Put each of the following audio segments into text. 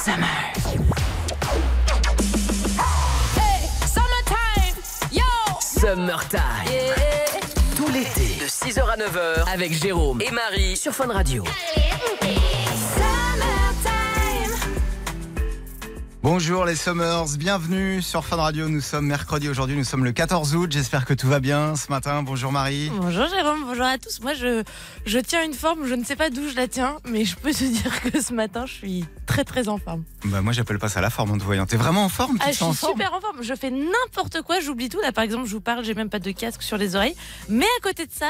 Summer. Hey, summertime, yo. Summertime. Yeah. Tout l'été, de 6h à 9h, avec Jérôme et Marie sur Fun Radio. Bonjour les Summers, bienvenue sur Fun Radio. Nous sommes mercredi aujourd'hui, nous sommes le 14 août. J'espère que tout va bien ce matin. Bonjour Marie. Bonjour Jérôme, bonjour à tous. Moi je tiens une forme, je ne sais pas d'où je la tiens, mais je peux te dire que ce matin je suis très très en forme. Bah moi j'appelle pas ça la forme en te voyant. T'es vraiment en forme? Je suis super en forme, je fais n'importe quoi, j'oublie tout. Là par exemple je vous parle, j'ai même pas de casque sur les oreilles. Mais à côté de ça,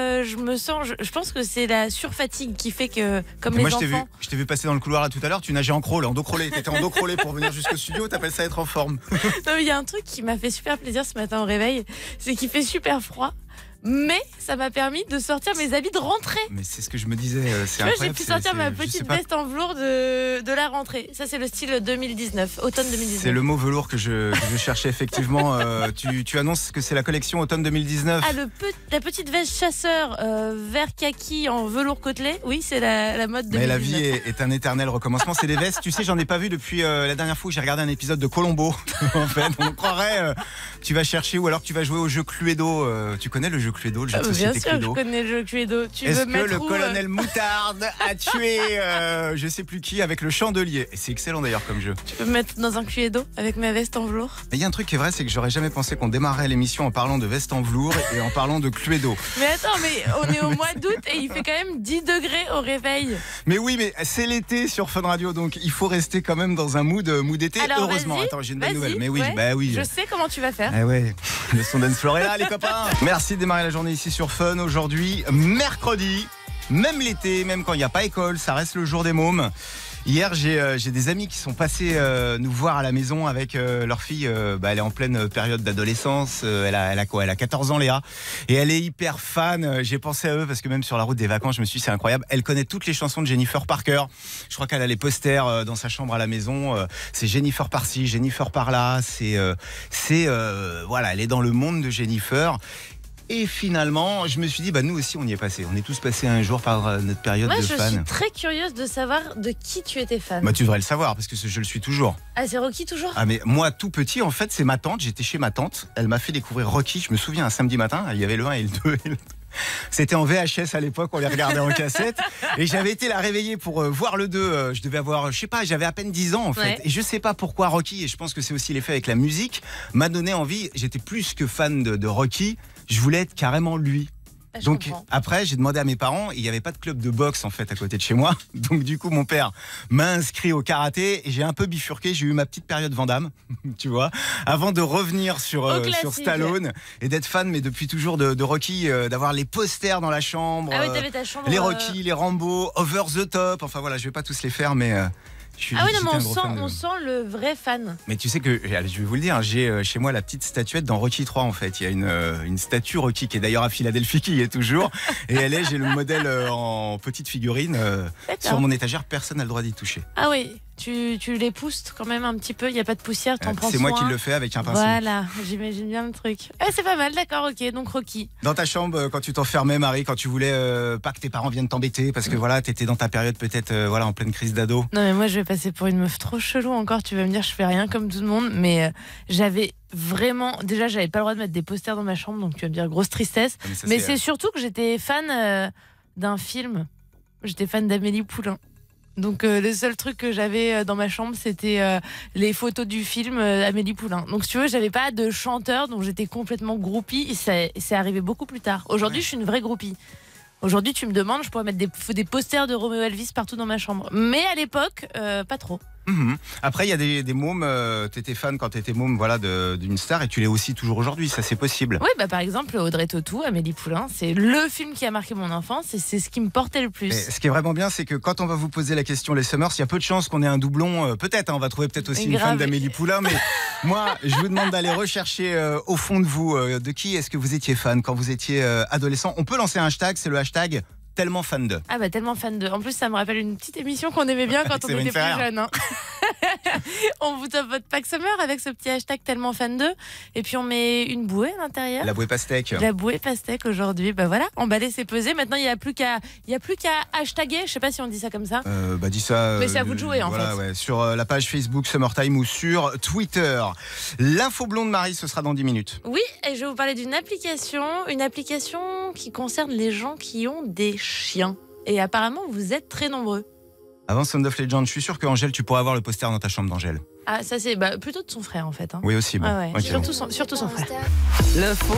je pense que c'est la surfatigue qui fait que comme moi, les enfants... je t'ai vu passer dans le couloir là tout à l'heure, tu nageais en crawl, en dos crawlé. T'étais en dos crawlé pour venir jusqu'au studio, t'appelles ça être en forme? Non, il y a un truc qui m'a fait super plaisir ce matin au réveil, c'est qu'il fait super froid. Mais ça m'a permis de sortir mes habits de rentrée. Mais c'est ce que je me disais, c'est incroyable. incroyable. J'ai pu sortir ma petite veste en velours de la rentrée. Ça, c'est le style 2019, automne 2019. C'est le mot velours que je cherchais effectivement. Tu annonces que c'est la collection automne 2019. Ah, la petite veste chasseur vert kaki en velours côtelé. Oui, c'est la mode 2019. Mais la vie est un éternel recommencement. C'est des vestes, tu sais, j'en ai pas vu depuis la dernière fois où j'ai regardé un épisode de Colombo. En fait, on croirait tu vas chercher ou alors tu vas jouer au jeu Cluedo. Tu connais le jeu Cluedo, le jeu de société Bien sûr, Cluedo. je connais le jeu Cluedo. Est-ce que le colonel Moutarde a tué je sais plus qui avec le chandelier? Et c'est excellent d'ailleurs comme jeu. Tu peux me mettre dans un Cluedo avec ma veste en velours? Il y a un truc qui est vrai, c'est que j'aurais jamais pensé qu'on démarrait l'émission en parlant de veste en velours et en parlant de Cluedo. Mais attends, mais on est au mois d'août et il fait quand même 10 degrés au réveil. Mais oui, mais c'est l'été sur Fun Radio, donc il faut rester quand même dans un mood d'été. Alors, heureusement. Attends, j'ai une bonne nouvelle. Mais oui, ouais, bah oui. Je sais comment tu vas faire. Eh ouais, le son dance floor est là, les copains. Merci de démarrer la journée ici sur Fun. Aujourd'hui, mercredi, même l'été, même quand il n'y a pas école, ça reste le jour des mômes. Hier, j'ai des amis qui sont passés nous voir à la maison avec leur fille. Elle est en pleine période d'adolescence. Elle a quoi? Elle a 14 ans, Léa. Et elle est hyper fan. J'ai pensé à eux parce que même sur la route des vacances, je me suis dit c'est incroyable. Elle connaît toutes les chansons de Jennifer Parker. Je crois qu'elle a les posters dans sa chambre à la maison. C'est Jennifer par-ci, Jennifer par-là. Voilà, elle est dans le monde de Jennifer. Et finalement, je me suis dit, nous aussi, on y est passé. On est tous passés un jour par notre période de fan. Moi, je suis très curieuse de savoir de qui tu étais fan. Tu devrais le savoir, parce que je le suis toujours. Ah, c'est Rocky toujours? Ah, mais moi, tout petit, en fait, c'est ma tante. J'étais chez ma tante. Elle m'a fait découvrir Rocky. Je me souviens, un samedi matin, il y avait le 1 et le 2. C'était en VHS à l'époque, on les regardait en cassette. Et j'avais été la réveiller pour voir le 2. Je devais avoir, je sais pas, j'avais à peine 10 ans en fait. Ouais. Et je sais pas pourquoi Rocky, et je pense que c'est aussi l'effet avec la musique, m'a donné envie. J'étais plus que fan de Rocky. Je voulais être carrément lui. Donc après j'ai demandé à mes parents, il n'y avait pas de club de boxe en fait à côté de chez moi. Donc du coup mon père m'a inscrit au karaté et j'ai un peu bifurqué, j'ai eu ma petite période Van Damme, tu vois, avant de revenir sur Stallone et d'être fan mais depuis toujours de Rocky, d'avoir les posters dans la chambre, t'avais ta chambre, les Rocky, les Rambo, Over the Top, enfin voilà, je vais pas tous les faire mais on sent le vrai fan. Mais tu sais que, je vais vous le dire, j'ai chez moi la petite statuette dans Rocky 3 en fait. Il y a une statue Rocky qui est d'ailleurs à Philadelphie, qui y est toujours. Et j'ai le modèle en petite figurine sur mon étagère, personne n'a le droit d'y toucher. Ah oui, tu les pousses quand même un petit peu, il n'y a pas de poussière, t'en prends soin. C'est moi qui le fais avec un pinceau. Voilà, j'imagine bien le truc. C'est pas mal, d'accord, ok, donc Rocky. Dans ta chambre, quand tu t'enfermais, Marie, quand tu voulais pas que tes parents viennent t'embêter, parce que voilà, t'étais dans ta période peut-être en pleine crise d'ado. Non mais moi je vais passer pour une meuf trop chelou encore, tu vas me dire je fais rien comme tout le monde, mais j'avais vraiment, déjà j'avais pas le droit de mettre des posters dans ma chambre, donc tu vas me dire grosse tristesse. Mais c'est surtout que j'étais fan d'un film, j'étais fan d'Amélie Poulain. Donc le seul truc que j'avais dans ma chambre c'était les photos du film Amélie Poulain. Donc si tu veux j'avais pas de chanteur, donc j'étais complètement groupie et c'est arrivé beaucoup plus tard. Aujourd'hui je suis une vraie groupie. Aujourd'hui tu me demandes, je pourrais mettre des posters de Roméo Elvis partout dans ma chambre. Mais à l'époque pas trop. Mmh. Après il y a des mômes, t'étais fan quand t'étais môme d'une star et tu l'es aussi toujours aujourd'hui, ça c'est possible. Oui par exemple Audrey Tautou, Amélie Poulain, c'est le film qui a marqué mon enfance et c'est ce qui me portait le plus. Et ce qui est vraiment bien c'est que quand on va vous poser la question les Summers, il y a peu de chances qu'on ait un doublon, peut-être on va trouver peut-être aussi une fan d'Amélie Poulain, mais moi je vous demande d'aller rechercher au fond de vous de qui est-ce que vous étiez fan quand vous étiez adolescent. On peut lancer un hashtag, c'est le hashtag tellement fan de. Tellement fan de. En plus ça me rappelle une petite émission qu'on aimait bien quand on était plus jeune. On vous top votre pack summer avec ce petit hashtag tellement fan d'eux. Et puis on met une bouée à l'intérieur. La bouée pastèque. La bouée pastèque aujourd'hui. Bah voilà, emballer c'est pesé. Maintenant il n'y a plus qu'à hashtaguer. Je sais pas si on dit ça comme ça. Dis ça. Mais c'est à vous de jouer en fait. Ouais, sur la page Facebook Summertime ou sur Twitter. L'info blonde Marie, ce sera dans 10 minutes. Oui, et je vais vous parler d'une application qui concerne les gens qui ont des chiens. Et apparemment vous êtes très nombreux. Avant Sound of Legend, je suis sûr qu'Angèle, tu pourrais avoir le poster dans ta chambre d'Angèle. Ah, ça c'est plutôt de son frère en fait. Hein. Oui, aussi. Bon. Ouais. Okay. Surtout son frère. L'info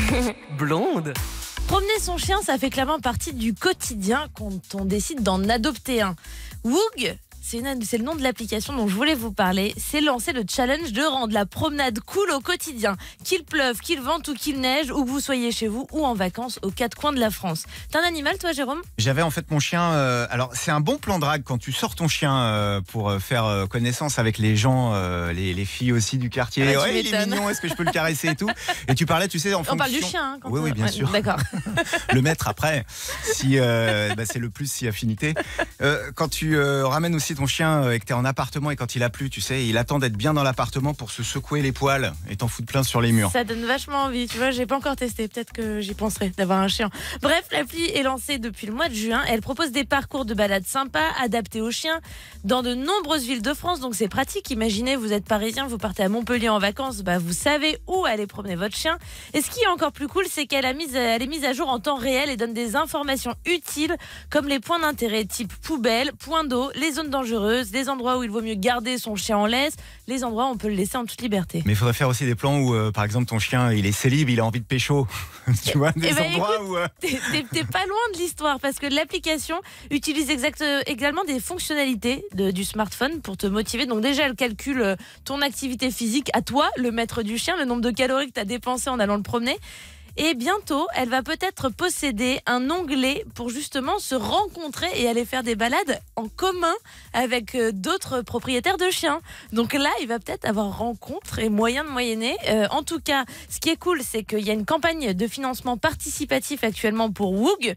blonde. Promener son chien, ça fait clairement partie du quotidien quand on décide d'en adopter un. Woog, c'est le nom de l'application dont je voulais vous parler. C'est lancé le challenge de rendre la promenade cool au quotidien. Qu'il pleuve, qu'il vente ou qu'il neige, ou que vous soyez chez vous ou en vacances aux quatre coins de la France. T'as un animal toi, Jérôme ? J'avais en fait mon chien. Alors c'est un bon plan drague quand tu sors ton chien pour faire connaissance avec les gens, les filles aussi du quartier. Ah, ouais, il est mignon, est-ce que je peux le caresser et tout. Et tu parlais, tu sais, en fonction. On parle du chien. Hein, oui, bien sûr. D'accord. Le maître après, si c'est le plus si affinité. Quand tu ramènes aussi ton chien et que t'es en appartement et quand il a plu, tu sais, il attend d'être bien dans l'appartement pour se secouer les poils et t'en foutre plein sur les murs. Ça donne vachement envie, tu vois, j'ai pas encore testé, peut-être que j'y penserai d'avoir un chien. Bref, l'appli est lancée depuis le mois de juin, elle propose des parcours de balades sympas, adaptés aux chiens, dans de nombreuses villes de France, donc c'est pratique. Imaginez, vous êtes parisien, vous partez à Montpellier en vacances, vous savez où aller promener votre chien. Et ce qui est encore plus cool, c'est qu'elle est mise à jour en temps réel et donne des informations utiles, comme les points d'intérêt type poubelle, point d'eau, les zones dangereuses, des endroits où il vaut mieux garder son chien en laisse, les endroits où on peut le laisser en toute liberté. Mais il faudrait faire aussi des plans où, par exemple, ton chien, il est célib, il a envie de pécho. Tu vois, des endroits écoute, où... T'es pas loin de l'histoire, parce que l'application utilise également des fonctionnalités du smartphone pour te motiver. Donc déjà, elle calcule ton activité physique à toi, le maître du chien, le nombre de calories que tu as dépensé en allant le promener. Et bientôt, elle va peut-être posséder un onglet pour justement se rencontrer et aller faire des balades en commun avec d'autres propriétaires de chiens. Donc là, il va peut-être avoir rencontre et moyen de moyenner. En tout cas, ce qui est cool, c'est qu'il y a une campagne de financement participatif actuellement pour Woog.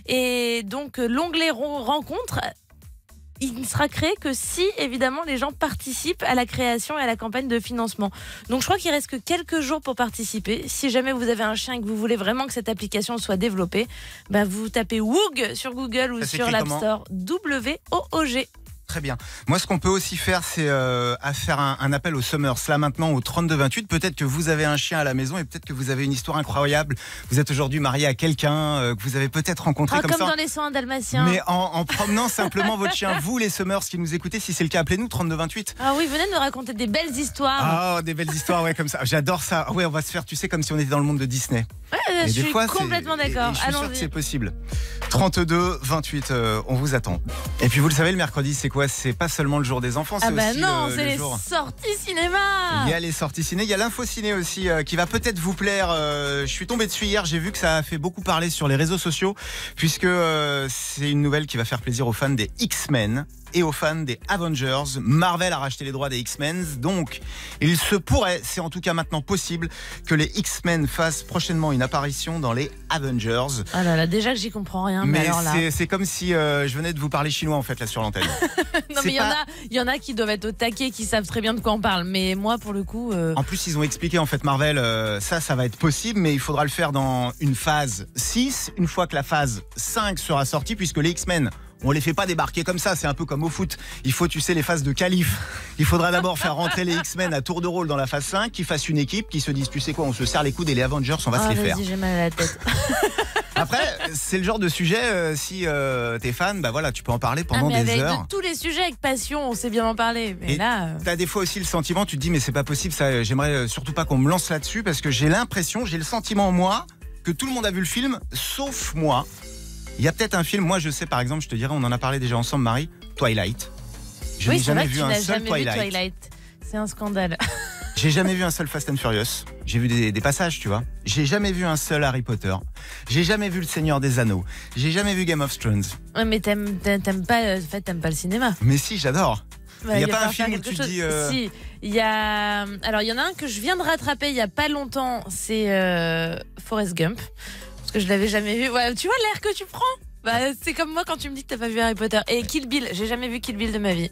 Et donc, l'onglet rencontre... il ne sera créé que si, évidemment, les gens participent à la création et à la campagne de financement. Donc, je crois qu'il reste que quelques jours pour participer. Si jamais vous avez un chien et que vous voulez vraiment que cette application soit développée, vous tapez Woog sur Google ou sur l'App Store. WOOG. Très bien. Moi, ce qu'on peut aussi faire, c'est faire un appel au Summers, là maintenant, au 32-28. Peut-être que vous avez un chien à la maison et peut-être que vous avez une histoire incroyable. Vous êtes aujourd'hui marié à quelqu'un que vous avez peut-être rencontré comme ça. Comme dans les soins dalmatiens. Mais en promenant simplement votre chien. Vous, les Summers qui nous écoutez, si c'est le cas, appelez-nous 32-28. Ah oui, venez nous raconter des belles histoires. Ah, des belles histoires, ouais, comme ça. J'adore ça. Ouais, on va se faire, tu sais, comme si on était dans le monde de Disney. Ouais, je suis complètement d'accord. Je suis sûr que c'est possible. 32-28, on vous attend. Et puis vous le savez, le mercredi, c'est quoi ? C'est pas seulement le jour des enfants, c'est aussi c'est les sorties cinéma. Il y a les sorties ciné, il y a l'info ciné aussi qui va peut-être vous plaire. Je suis tombé dessus hier, j'ai vu que ça a fait beaucoup parler sur les réseaux sociaux puisque c'est une nouvelle qui va faire plaisir aux fans des X-Men et aux fans des Avengers. Marvel a racheté les droits des X-Men, donc il se pourrait, c'est en tout cas maintenant possible, que les X-Men fassent prochainement une apparition dans les Avengers. Ah là là, déjà que j'y comprends rien. Mais alors là... c'est comme si je venais de vous parler chinois en fait là sur l'antenne. Non mais il y en a qui doivent être au taquet, qui savent très bien de quoi on parle. Mais moi pour le coup... En plus ils ont expliqué en fait Marvel, ça va être possible, mais il faudra le faire dans une phase 6, une fois que la phase 5 sera sortie, puisque les X-Men, on les fait pas débarquer comme ça, c'est un peu comme au foot. Il faut, tu sais, les phases de qualif. Il faudra d'abord faire rentrer les X-Men à tour de rôle dans la phase 5, qu'ils fassent une équipe, qui se disent, tu sais quoi, on se serre les coudes et les Avengers, on va se les faire. J'ai mal à la tête. Après, c'est le genre de sujet, si t'es fan, voilà, tu peux en parler pendant des heures. De tous les sujets avec passion, on sait bien en parler. Mais là, t'as des fois aussi le sentiment, tu te dis, mais c'est pas possible, ça, j'aimerais surtout pas qu'on me lance là-dessus, parce que j'ai l'impression, j'ai le sentiment, moi, que tout le monde a vu le film, sauf moi. Il y a peut-être un film, moi je sais par exemple, je te dirais, on en a parlé déjà ensemble, Marie, Twilight. Je n'ai jamais vu un seul Twilight. C'est un scandale. J'ai jamais vu un seul Fast and Furious. J'ai vu des passages, tu vois. J'ai jamais vu un seul Harry Potter. J'ai jamais vu Le Seigneur des Anneaux. J'ai jamais vu Game of Thrones. Ouais, mais t'aimes pas le cinéma. Mais si, j'adore. Il n'y a pas un film où tu chose. dis... Si, il y a... Alors, il y en a un que je viens de rattraper il n'y a pas longtemps, c'est Forrest Gump. Parce que je l'avais jamais vu. Ouais, tu vois l'air que tu prends. C'est comme moi quand tu me dis que t'as pas vu Harry Potter. Et Kill Bill, j'ai jamais vu Kill Bill de ma vie.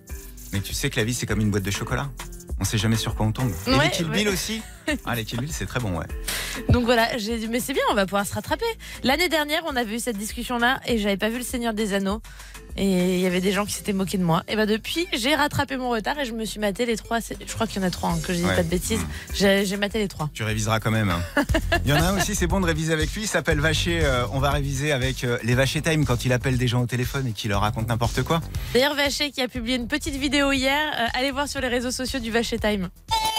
Mais tu sais que la vie, c'est comme une boîte de chocolat. On sait jamais sur quoi on tombe. Et les Kill Bill aussi. Ah, les Kill Bill, c'est très bon, ouais. Donc voilà, j'ai dit, mais c'est bien, on va pouvoir se rattraper. L'année dernière, on avait eu cette discussion-là et j'avais pas vu Le Seigneur des Anneaux. Et il y avait des gens qui s'étaient moqués de moi. Et bah depuis, j'ai rattrapé mon retard et je me suis maté les 3. Je crois qu'il y en a 3, que je dis pas de bêtises. J'ai maté les 3. Tu réviseras quand même. Hein. Il y en a un aussi, c'est bon de réviser avec lui. Il s'appelle Vacher. On va réviser avec les Vacher Time quand il appelle des gens au téléphone et qu'il leur raconte n'importe quoi. D'ailleurs, Vacher qui a publié une petite vidéo hier. Allez voir sur les réseaux sociaux du Vacher Time.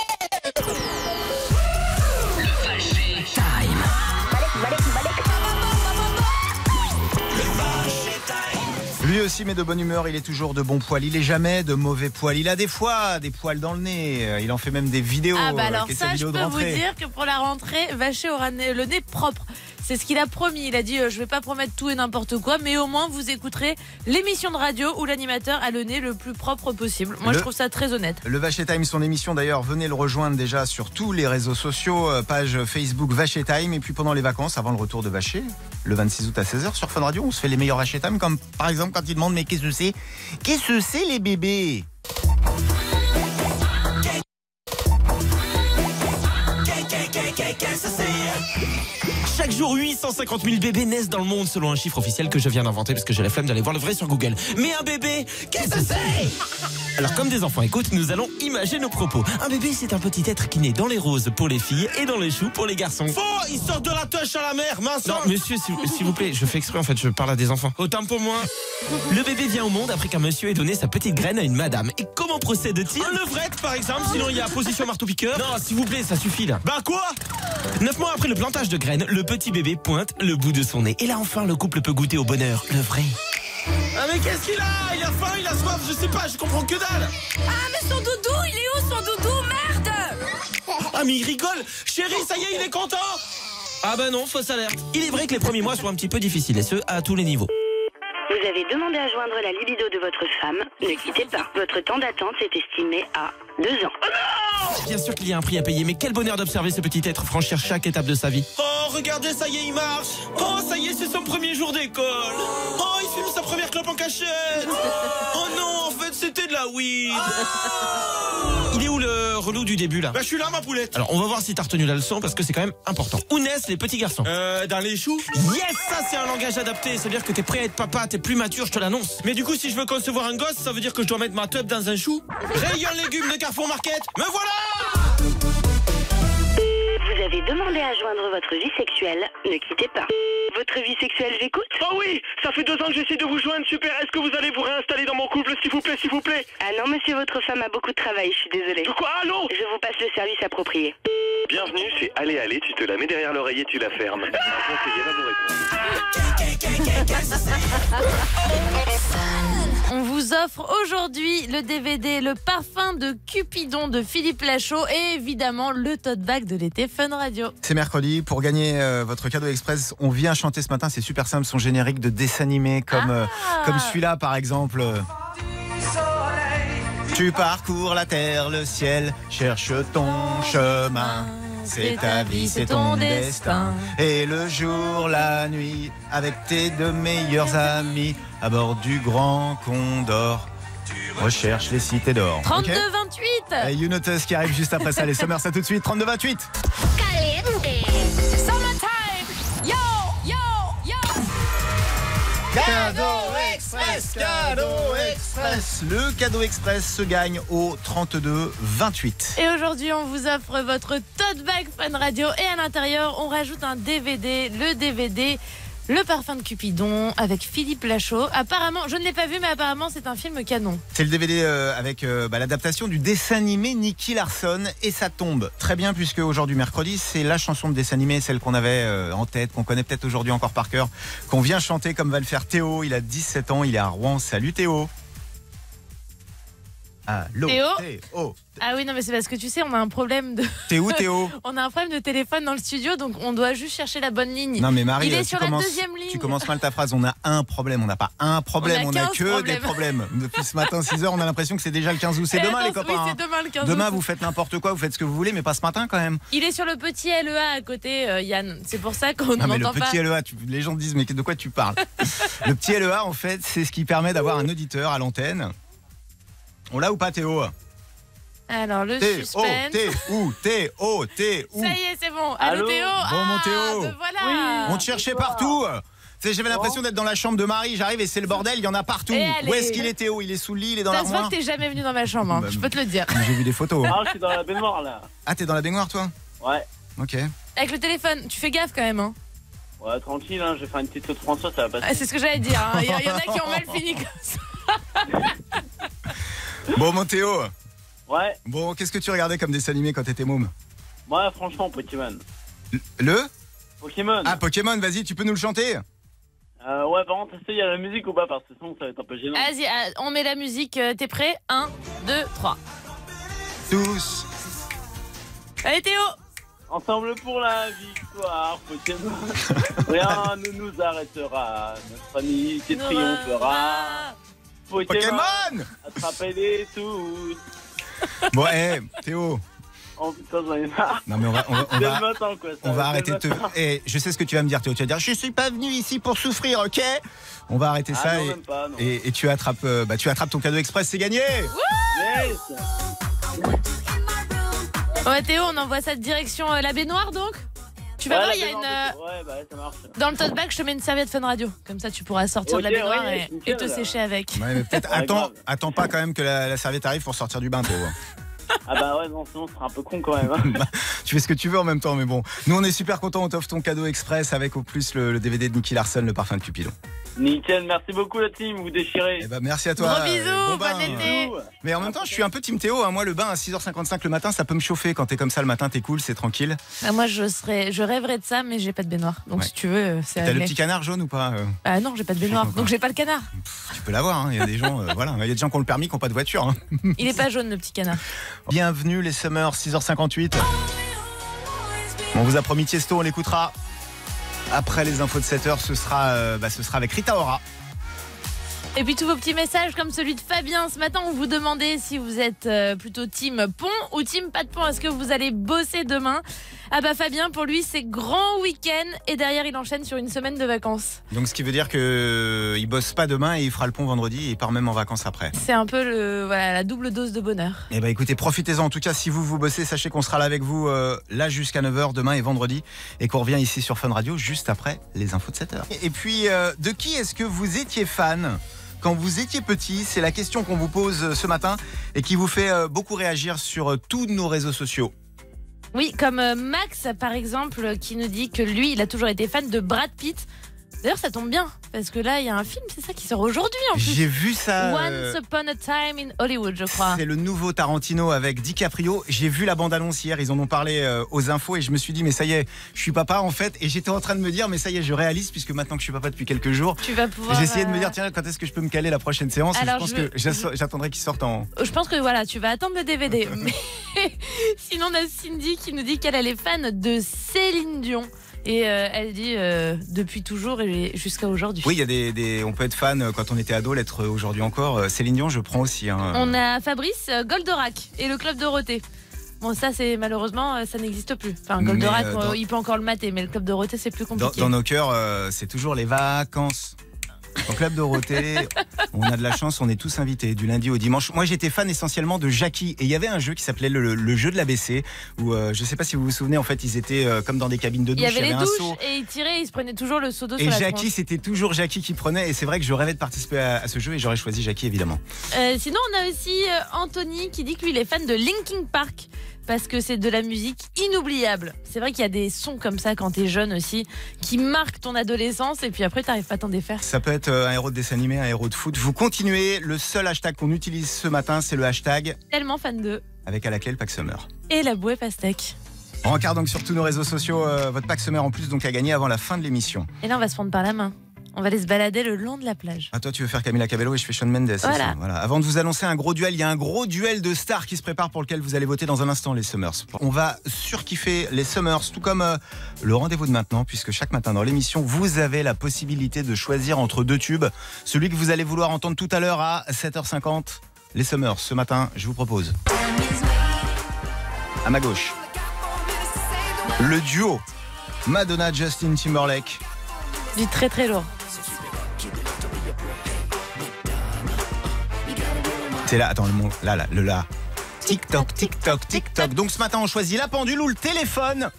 Lui aussi met de bonne humeur, il est toujours de bon poil, il est jamais de mauvais poil. Il a des fois des poils dans le nez, il en fait même des vidéos. Ah bah alors ça, je peux vous dire que pour la rentrée, Vacher aura le nez propre. C'est ce qu'il a promis. Il a dit je vais pas promettre tout et n'importe quoi, mais au moins vous écouterez l'émission de radio où l'animateur a le nez le plus propre possible. Moi je trouve ça très honnête. Le Vacher Time, son émission d'ailleurs, venez le rejoindre déjà sur tous les réseaux sociaux, page Facebook Vacher Time. Et puis pendant les vacances, avant le retour de Vacher, le 26 août à 16h sur Fun Radio, on se fait les meilleurs Vacher Time, comme par exemple quand il demande mais qu'est-ce que c'est? Qu'est-ce que c'est les bébés? Chaque jour, 850 000 bébés naissent dans le monde, selon un chiffre officiel que je viens d'inventer parce que j'ai la flemme d'aller voir le vrai sur Google. Mais un bébé, qu'est-ce que c'est? Alors, comme des enfants écoutent, nous allons imager nos propos. Un bébé, c'est un petit être qui naît dans les roses pour les filles et dans les choux pour les garçons. Faux, il sort de la touche à la mer, mince. Non, monsieur, s'il vous plaît, je fais exprès en fait, je parle à des enfants. Autant pour moi. Le bébé vient au monde après qu'un monsieur ait donné sa petite graine à une madame. Et comment procède-t-il? Un levrette, par exemple, sinon il y a position marteau-piqueur. Non, s'il vous plaît, ça suffit là. Bah quoi? 9 mois après le plantage de graines, le petit bébé pointe le bout de son nez. Et là enfin, le couple peut goûter au bonheur, le vrai. Ah mais qu'est-ce qu'il a? Il a faim, il a soif, je sais pas, je comprends que dalle. Ah mais son doudou, il est où son doudou? Merde! Ah mais il rigole. Chérie, ça y est, il est content. Ah bah non, fausse alerte. Il est vrai que les premiers mois sont un petit peu difficiles, et ce, à tous les niveaux. Vous avez demandé à joindre la libido de votre femme. Ne quittez pas. Votre temps d'attente est estimé à 2 ans. Bien sûr qu'il y a un prix à payer, mais quel bonheur d'observer ce petit être franchir chaque étape de sa vie. Oh, regardez, ça y est, il marche. Oh, ça y est, c'est son premier jour d'école. Oh, il fume sa première clope en cachette. Oh non, en fait, c'était de la weed. Il est où le relou du début là? Bah, je suis là, ma poulette. Alors, on va voir si t'as retenu la leçon parce que c'est quand même important. Où naissent les petits garçons? Dans les choux. Yes, ça c'est un langage adapté. C'est-à-dire que t'es prêt à être papa, t'es plus mature, je te l'annonce. Mais du coup, si je veux concevoir un gosse, ça veut dire que je dois mettre ma teub dans un chou. Rayon légumes de Carrefour Market. Me voilà. Vous avez demandé à joindre votre vie sexuelle. Ne quittez pas. Votre vie sexuelle, j'écoute. Oh oui, ça fait 2 ans que j'essaie de vous joindre, super. Est-ce que vous allez vous réinstaller dans mon couple, s'il vous plaît, s'il vous plaît? Ah non, monsieur, votre femme a beaucoup de travail, je suis désolée. De quoi? Allô? Je vous passe le service approprié. Bienvenue, c'est Allez, allez, tu te la mets derrière l'oreiller, tu la fermes. Un conseiller va vous répondre. On vous offre aujourd'hui le DVD Le Parfum de Cupidon de Philippe Lachaud et évidemment le tote bag de l'été Fun Radio. C'est mercredi, pour gagner votre cadeau express, on vient chanter ce matin, c'est super simple, son générique de dessin animé comme celui-là par exemple. Tu parcours la terre, le ciel, cherche ton chemin. C'est ta vie, c'est ton destin. Et le jour, la nuit, avec tes 2 meilleurs amis, à bord du Grand Condor, recherche les cités d'or. 32-28 Et You Know Us qui arrive juste après ça, les Summers, ça tout de suite, 32-28. Yo, yo, yo! Cadeau express, cadeau express. Le cadeau express se gagne au 32-28. Et aujourd'hui, on vous offre votre tote bag Fun Radio et à l'intérieur, on rajoute un DVD, le DVD Le Parfum de Cupidon avec Philippe Lachaud. Apparemment, je ne l'ai pas vu, mais apparemment, c'est un film canon. C'est le DVD avec l'adaptation du dessin animé Nicky Larson et ça tombe très bien puisque aujourd'hui mercredi, c'est la chanson de dessin animé, celle qu'on avait en tête, qu'on connaît peut-être aujourd'hui encore par cœur, qu'on vient chanter comme va le faire Théo. Il a 17 ans, il est à Rouen. Salut Théo. Allô Théo. Ah oui, non, mais c'est parce que tu sais, on a un problème de... T'es où Théo? On a un problème de téléphone dans le studio, donc on doit juste chercher la bonne ligne. Non mais Marie, il est sur la 2e ligne. Tu commences mal ta phrase, on a un problème, on n'a pas un problème, on a que des problèmes. Depuis ce matin 6h, on a l'impression que c'est déjà le 15 août. C'est demain les copains. Oui, c'est demain le 15 août. Demain vous faites n'importe quoi, vous faites ce que vous voulez, mais pas ce matin quand même. Il est sur le petit LEA à côté, Yann. C'est pour ça qu'on non, mais n'entend le pas. petit LEA, les gens disent mais de quoi tu parles? Le petit LEA en fait, c'est ce qui permet d'avoir un auditeur à l'antenne. On l'a ou pas, Théo? Alors, le suspense. Théo. Ça y est, c'est bon. Allô, Théo. Bon, mon Théo. Voilà. Oui, on te cherchait partout. J'avais l'impression d'être dans la chambre de Marie. J'arrive et c'est le bordel, il y en a partout. Où est-ce qu'il est, Théo? Il est sous le lit, il est dans l'armoire. Ça se voit que t'es jamais venu dans ma chambre, hein. Je peux te le dire. J'ai vu des photos. Ah, je suis dans la baignoire là. Ah, t'es dans la baignoire, toi? Ouais. Ok. Avec le téléphone, tu fais gaffe quand même, hein. Ouais, tranquille, hein, je vais faire une petite saute François, ça va passer. Ah, c'est ce que j'allais dire, hein. Il y en a qui ont mal fini comme ça. Bon, mon Théo. Ouais. Bon, qu'est-ce que tu regardais comme dessin animé quand t'étais môme? Ouais, franchement, Pokémon. Le Pokémon. Ah, Pokémon, vas-y, tu peux nous le chanter? Ouais, par contre, il y a la musique ou pas? Parce que sinon, ça va être un peu gênant. Vas-y, on met la musique. T'es prêt? 1, 2, 3. Tous. Allez, Théo. Ensemble pour la victoire, Pokémon. Rien ne nous arrêtera. Notre amitié triomphera. Pokémon. Attrapez-les tous. Bon, Théo. Oh putain, j'en ai marre. Non, mais on va arrêter de te. Je sais ce que tu vas me dire, Théo. Tu vas dire, je suis pas venu ici pour souffrir, ok? On va arrêter ça non, même pas, non. et tu attrapes ton cadeau express, c'est gagné. Yes. Ouais, Théo, on envoie ça de direction la baignoire donc. Tu vas voir, il y a une. Ouais, bah ça marche. Dans le tote bag, je te mets une serviette Fun Radio. Comme ça, tu pourras sortir de la baignoire et te sécher avec. Ouais, mais peut-être attends pas quand même que la serviette arrive pour sortir du bain, Théo. Ah bah ouais, non, sinon ce sera un peu con quand même. Hein. Tu fais ce que tu veux en même temps, mais bon. Nous, on est super contents, on t'offre ton cadeau express avec au plus le DVD de Nicky Larson, le parfum de Cupidon. Nickel, merci beaucoup la team, vous déchirez. Eh ben, merci à toi. Gros bisous, bon été. Mais en même temps, je suis un peu team Théo. Hein. Moi, le bain à 6h55 le matin, ça peut me chauffer. Quand t'es comme ça le matin, t'es cool, c'est tranquille. Ah, moi, je rêverais de ça, mais j'ai pas de baignoire. Donc, si tu veux, c'est. T'as le petit canard jaune ou pas Ah non, j'ai pas de baignoire, donc j'ai pas le canard. Tu peux l'avoir. Hein. Il y a des gens, voilà, il y a des gens qui ont le permis, qui n'ont pas de voiture. Hein. Il est pas jaune, le petit canard. Bienvenue les Summers, 6h58. On vous a promis Tiesto, on l'écoutera. Après les infos de 7h, ce sera avec Rita Ora. Et puis tous vos petits messages comme celui de Fabien. Ce matin, on vous demandait si vous êtes plutôt team pont ou team pas de pont. Est-ce que vous allez bosser demain? Ah bah Fabien, pour lui, c'est grand week-end et derrière, il enchaîne sur une semaine de vacances. Donc ce qui veut dire qu'il bosse pas demain et il fera le pont vendredi et il part même en vacances après. C'est un peu la double dose de bonheur. Eh bah écoutez, profitez-en. En tout cas, si vous bossez, sachez qu'on sera là avec vous là jusqu'à 9h demain et vendredi et qu'on revient ici sur Fun Radio juste après les infos de 7h. Et puis, de qui est-ce que vous étiez fan quand vous étiez petit? C'est la question qu'on vous pose ce matin et qui vous fait beaucoup réagir sur tous nos réseaux sociaux. Oui, comme Max, par exemple, qui nous dit que lui, il a toujours été fan de Brad Pitt. D'ailleurs, ça tombe bien, parce que là, il y a un film, c'est ça, qui sort aujourd'hui en plus. J'ai vu ça. Once Upon a Time in Hollywood, je crois. C'est le nouveau Tarantino avec DiCaprio. J'ai vu la bande-annonce hier, ils en ont parlé aux infos et je me suis dit, mais ça y est, je suis papa en fait. Et j'étais en train de me dire, mais ça y est, je réalise, puisque maintenant que je suis papa depuis quelques jours, tu vas pouvoir. J'ai essayé de me dire, tiens, quand est-ce que je peux me caler la prochaine séance? Alors, je pense que j'attendrai qu'il sorte en. Je pense que voilà, tu vas attendre le DVD. Mais sinon, on a Cindy qui nous dit qu'elle est fan de Céline Dion. Et elle dit depuis toujours et jusqu'à aujourd'hui. Oui, il y a on peut être fan quand on était ado, l'être aujourd'hui encore. Céline Dion, je prends aussi. Hein. On a Fabrice, Goldorak et le Club Dorothée. Bon, ça, c'est malheureusement, ça n'existe plus. Enfin, Goldorak, il peut encore le mater, mais le Club Dorothée, c'est plus compliqué. Dans nos cœurs, c'est toujours les vacances. Au Club Dorothée, on a de la chance, on est tous invités du lundi au dimanche. Moi, j'étais fan essentiellement de Jackie et il y avait un jeu qui s'appelait le jeu de l'ABC où je sais pas si vous vous souvenez, en fait, ils étaient comme dans des cabines de douche. Il y avait les douches et ils tiraient, ils se prenaient toujours le seau d'eau sur la tronche. Et Jackie, c'était toujours Jackie qui prenait et c'est vrai que je rêvais de participer à ce jeu et j'aurais choisi Jackie évidemment. Sinon, on a aussi Anthony qui dit que lui, il est fan de Linkin Park. Parce que c'est de la musique inoubliable. C'est vrai qu'il y a des sons comme ça quand t'es jeune aussi, qui marquent ton adolescence et puis après t'arrives pas à t'en défaire. Ça peut être un héros de dessin animé, un héros de foot. Vous continuez, le seul hashtag qu'on utilise ce matin, c'est le hashtag tellement fan d'eux. Avec à la clé le pack Summer. Et la bouée pastèque. On regarde donc sur tous nos réseaux sociaux votre pack Summer en plus donc à gagner avant la fin de l'émission. Et là on va se prendre par la main. On va aller se balader le long de la plage. Ah, toi, tu veux faire Camila Cabello et je fais Shawn Mendes. Voilà. Voilà. Avant de vous annoncer un gros duel, il y a un gros duel de stars qui se prépare pour lequel vous allez voter dans un instant, les Summers. On va surkiffer les Summers, tout comme le rendez-vous de maintenant, puisque chaque matin dans l'émission, vous avez la possibilité de choisir entre deux tubes. Celui que vous allez vouloir entendre tout à l'heure à 7h50. Les Summers, ce matin, je vous propose. À ma gauche, le duo Madonna-Justin Timberlake. Du très très lourd. C'est là, attends, le là. TikTok, TikTok, TikTok. Donc ce matin, on choisit la pendule ou le téléphone.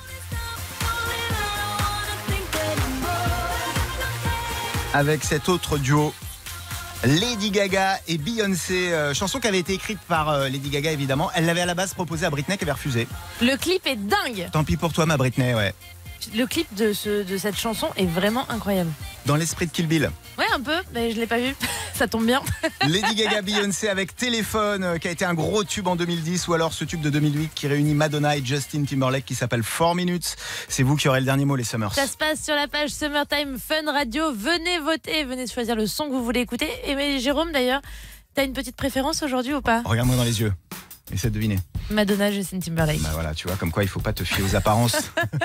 Avec cet autre duo, Lady Gaga et Beyoncé, chanson qui avait été écrite par Lady Gaga évidemment. Elle l'avait à la base proposée à Britney qui avait refusé. Le clip est dingue. Tant pis pour toi ma Britney, ouais. Le clip de cette chanson est vraiment incroyable. Dans l'esprit de Kill Bill. Ouais, un peu, mais je l'ai pas vu. Ça tombe bien. Lady Gaga, Beyoncé avec Téléphone, qui a été un gros tube en 2010, ou alors ce tube de 2008 qui réunit Madonna et Justin Timberlake qui s'appelle 4 Minutes. C'est vous qui aurez le dernier mot, les Summers. Ça se passe sur la page Summertime Fun Radio. Venez voter, venez choisir le son que vous voulez écouter. Et mais Jérôme d'ailleurs, t'as une petite préférence aujourd'hui ou pas? Regarde-moi dans les yeux. Essaie de deviner. Madonna, Justin Timberlake. Bah voilà, tu vois, comme quoi il faut pas te fier aux apparences.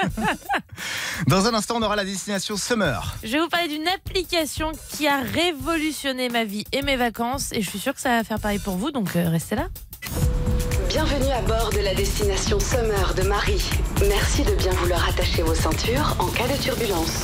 Dans un instant, on aura la destination Summer. Je vais vous parler d'une application qui a révolutionné ma vie et mes vacances. Et je suis sûre que ça va faire pareil pour vous, donc restez là. Bienvenue à bord de la destination Summer de Marie. Merci de bien vouloir attacher vos ceintures en cas de turbulence.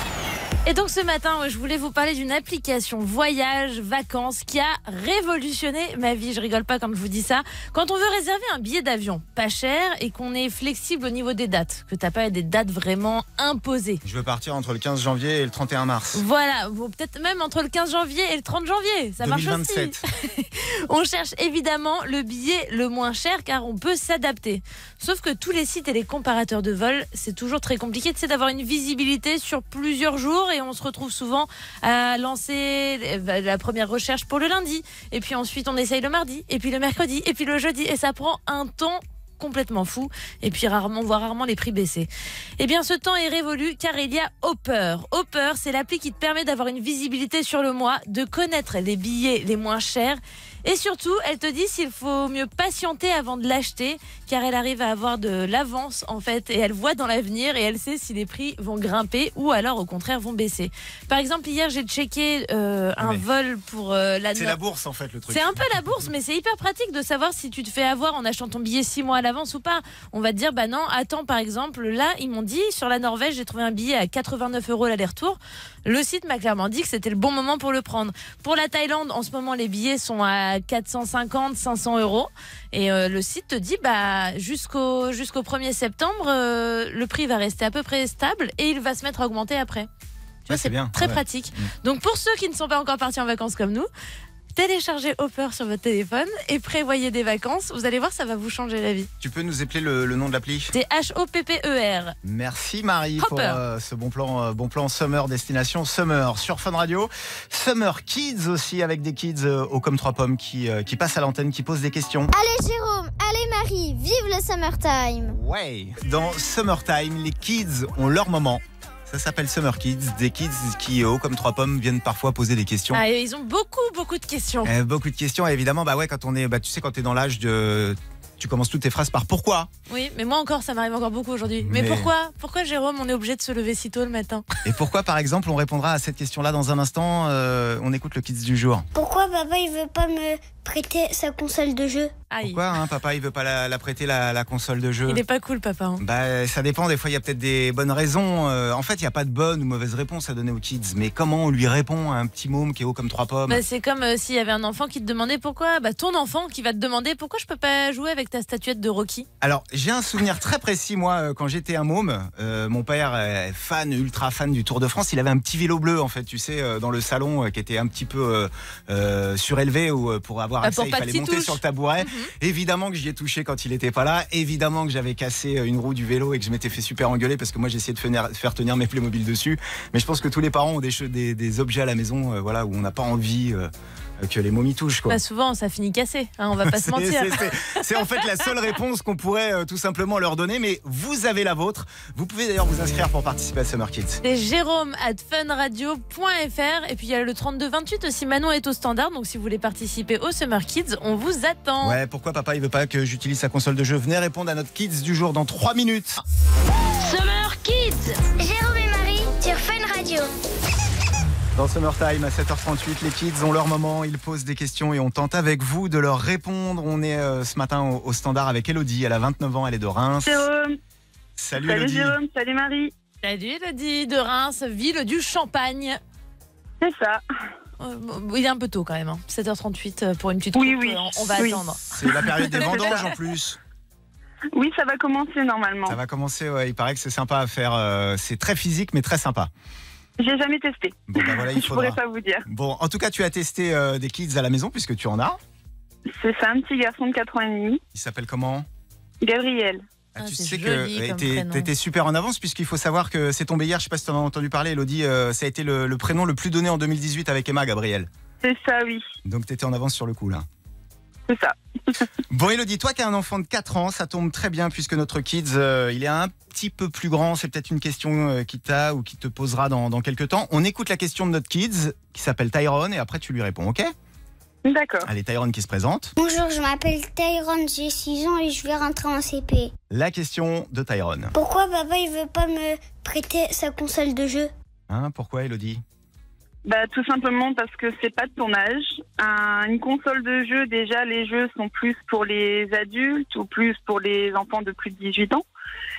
Et donc ce matin, je voulais vous parler d'une application voyage, vacances qui a révolutionné ma vie. Je rigole pas quand je vous dis ça. Quand on veut réserver un billet d'avion pas cher et qu'on est flexible au niveau des dates, que t'as pas des dates vraiment imposées. Je veux partir entre le 15 janvier et le 31 mars. Voilà, bon, peut-être même entre le 15 janvier et le 30 janvier. Ça 2027. marche aussi. On cherche évidemment le billet le moins cher car on peut s'adapter. Sauf que tous les sites et les comparateurs de vol, c'est toujours très compliqué d'avoir une visibilité sur plusieurs jours. Et on se retrouve souvent à lancer la première recherche pour le lundi. Et puis ensuite, on essaye le mardi, et puis le mercredi, et puis le jeudi. Et ça prend un temps complètement fou. Et puis on voit rarement les prix baisser. Eh bien, ce temps est révolu car il y a Hopper. Hopper, c'est l'appli qui te permet d'avoir une visibilité sur le mois, de connaître les billets les moins chers. Et surtout, elle te dit s'il faut mieux patienter avant de l'acheter, car elle arrive à avoir de l'avance en fait, et elle voit dans l'avenir et elle sait si les prix vont grimper ou alors au contraire vont baisser. Par exemple, hier j'ai checké un vol pour la. C'est la bourse en fait le truc. C'est un peu la bourse, mais c'est hyper pratique de savoir si tu te fais avoir en achetant ton billet 6 mois à l'avance ou pas. On va te dire bah non, attends par exemple, là ils m'ont dit sur la Norvège j'ai trouvé un billet à 89 € l'aller-retour. Le site m'a clairement dit que c'était le bon moment pour le prendre. Pour la Thaïlande, en ce moment les billets sont à 450, 500 €. Et le site te dit bah jusqu'au 1er septembre, le prix va rester à peu près stable et il va se mettre à augmenter après. Tu vois, c'est bien, très pratique. Donc pour ceux qui ne sont pas encore partis en vacances comme nous, téléchargez Hopper sur votre téléphone et prévoyez des vacances. Vous allez voir, ça va vous changer la vie. Tu peux nous épeler le nom de l'appli? C'est HOPPER. Merci Marie Hopper. pour ce bon plan Summer, destination Summer sur Fun Radio. Summer Kids aussi, avec des kids hauts comme 3 pommes qui passent à l'antenne, qui posent des questions. Allez Jérôme, allez Marie, vive le Summertime. Ouais, dans Summertime, les kids ont leur moment. Ça s'appelle Summer Kids, des kids qui, hauts comme 3 pommes, viennent parfois poser des questions. Ah, ils ont beaucoup de questions. Beaucoup de questions, et évidemment, bah ouais, quand on est, tu sais, quand t'es dans l'âge de... Tu commences toutes tes phrases par pourquoi. Oui, mais moi encore, ça m'arrive encore beaucoup aujourd'hui. Mais pourquoi Jérôme, on est obligé de se lever si tôt le matin? Et pourquoi, par exemple, on répondra à cette question-là dans un instant. On écoute le Kids du jour. Pourquoi papa il veut pas me prêter sa console de jeu? Aïe. Pourquoi papa il veut pas la prêter la console de jeu? Il est pas cool papa. Bah ça dépend, des fois il y a peut-être des bonnes raisons. En fait il n'y a pas de bonne ou mauvaise réponse à donner aux kids. Mais comment on lui répond à un petit môme qui est haut comme 3 pommes? Bah, c'est comme s'il y avait un enfant qui te demandait pourquoi. Bah ton enfant qui va te demander pourquoi je peux pas jouer avec ta statuette de Rocky. Alors j'ai un souvenir très précis moi quand j'étais un môme. Mon père est ultra fan du Tour de France. Il avait un petit vélo bleu en fait, tu sais, dans le salon qui était un petit peu surélevé ou pour avoir accès il fallait monter sur le tabouret. Évidemment que j'y ai touché quand il était pas là. Évidemment que j'avais cassé une roue du vélo et que je m'étais fait super engueuler parce que moi j'essayais de faire tenir mes Playmobil dessus. Mais je pense que tous les parents ont des objets à la maison où on n'a pas envie que les momies touchent quoi. Bah souvent ça finit cassé, on va pas se mentir. C'est en fait la seule réponse qu'on pourrait tout simplement leur donner, mais vous avez la vôtre. Vous pouvez d'ailleurs vous inscrire pour participer à Summer Kids. C'est Jérôme@funradio.fr et puis il y a le 3228 aussi. Manon est au standard, donc si vous voulez participer au Summer Kids, on vous attend. Ouais, pourquoi papa il veut pas que j'utilise sa console de jeu? Venez répondre à notre Kids du jour dans 3 minutes. Summer Kids. Jérôme et Marie sur Fun Radio. Dans Summertime à 7h38, les kids ont leur moment, ils posent des questions et on tente avec vous de leur répondre. On est ce matin au standard avec Elodie, elle a 29 ans, elle est de Reims. Jérôme. Salut Elodie. Jérôme, salut Marie. Salut Elodie de Reims, ville du Champagne. C'est ça. Il est un peu tôt quand même, hein. 7h38 pour une petite coupe, on va attendre. C'est la période des vendanges en plus. Oui, ça va commencer normalement. Ça va commencer, ouais. Il paraît que c'est sympa à faire. C'est très physique, mais très sympa. J'ai jamais testé. Bon, bah voilà, il faudra. Je pourrais pas vous dire. Bon, en tout cas, tu as testé des kids à la maison, puisque tu en as. C'est ça, un petit garçon de 4 ans et demi. Il s'appelle comment? Gabriel. Tu sais que t'étais super en avance, puisqu'il faut savoir que c'est tombé hier, je sais pas si tu en as entendu parler, Elodie, ça a été le prénom le plus donné en 2018 avec Emma, Gabriel. C'est ça, oui. Donc t'étais en avance sur le coup là. C'est ça. Bon, Elodie, toi qui as un enfant de 4 ans, ça tombe très bien puisque notre kids, il est un petit peu plus grand. C'est peut-être une question qui t'a ou qui te posera dans quelques temps. On écoute la question de notre kids qui s'appelle Tyrone et après tu lui réponds, ok? D'accord. Allez, Tyrone qui se présente. Bonjour, je m'appelle Tyrone, j'ai 6 ans et je vais rentrer en CP. La question de Tyrone. Pourquoi papa il veut pas me prêter sa console de jeu? Pourquoi, Elodie? Tout simplement parce que c'est pas de ton âge. Une console de jeu, déjà, les jeux sont plus pour les adultes ou plus pour les enfants de plus de 18 ans.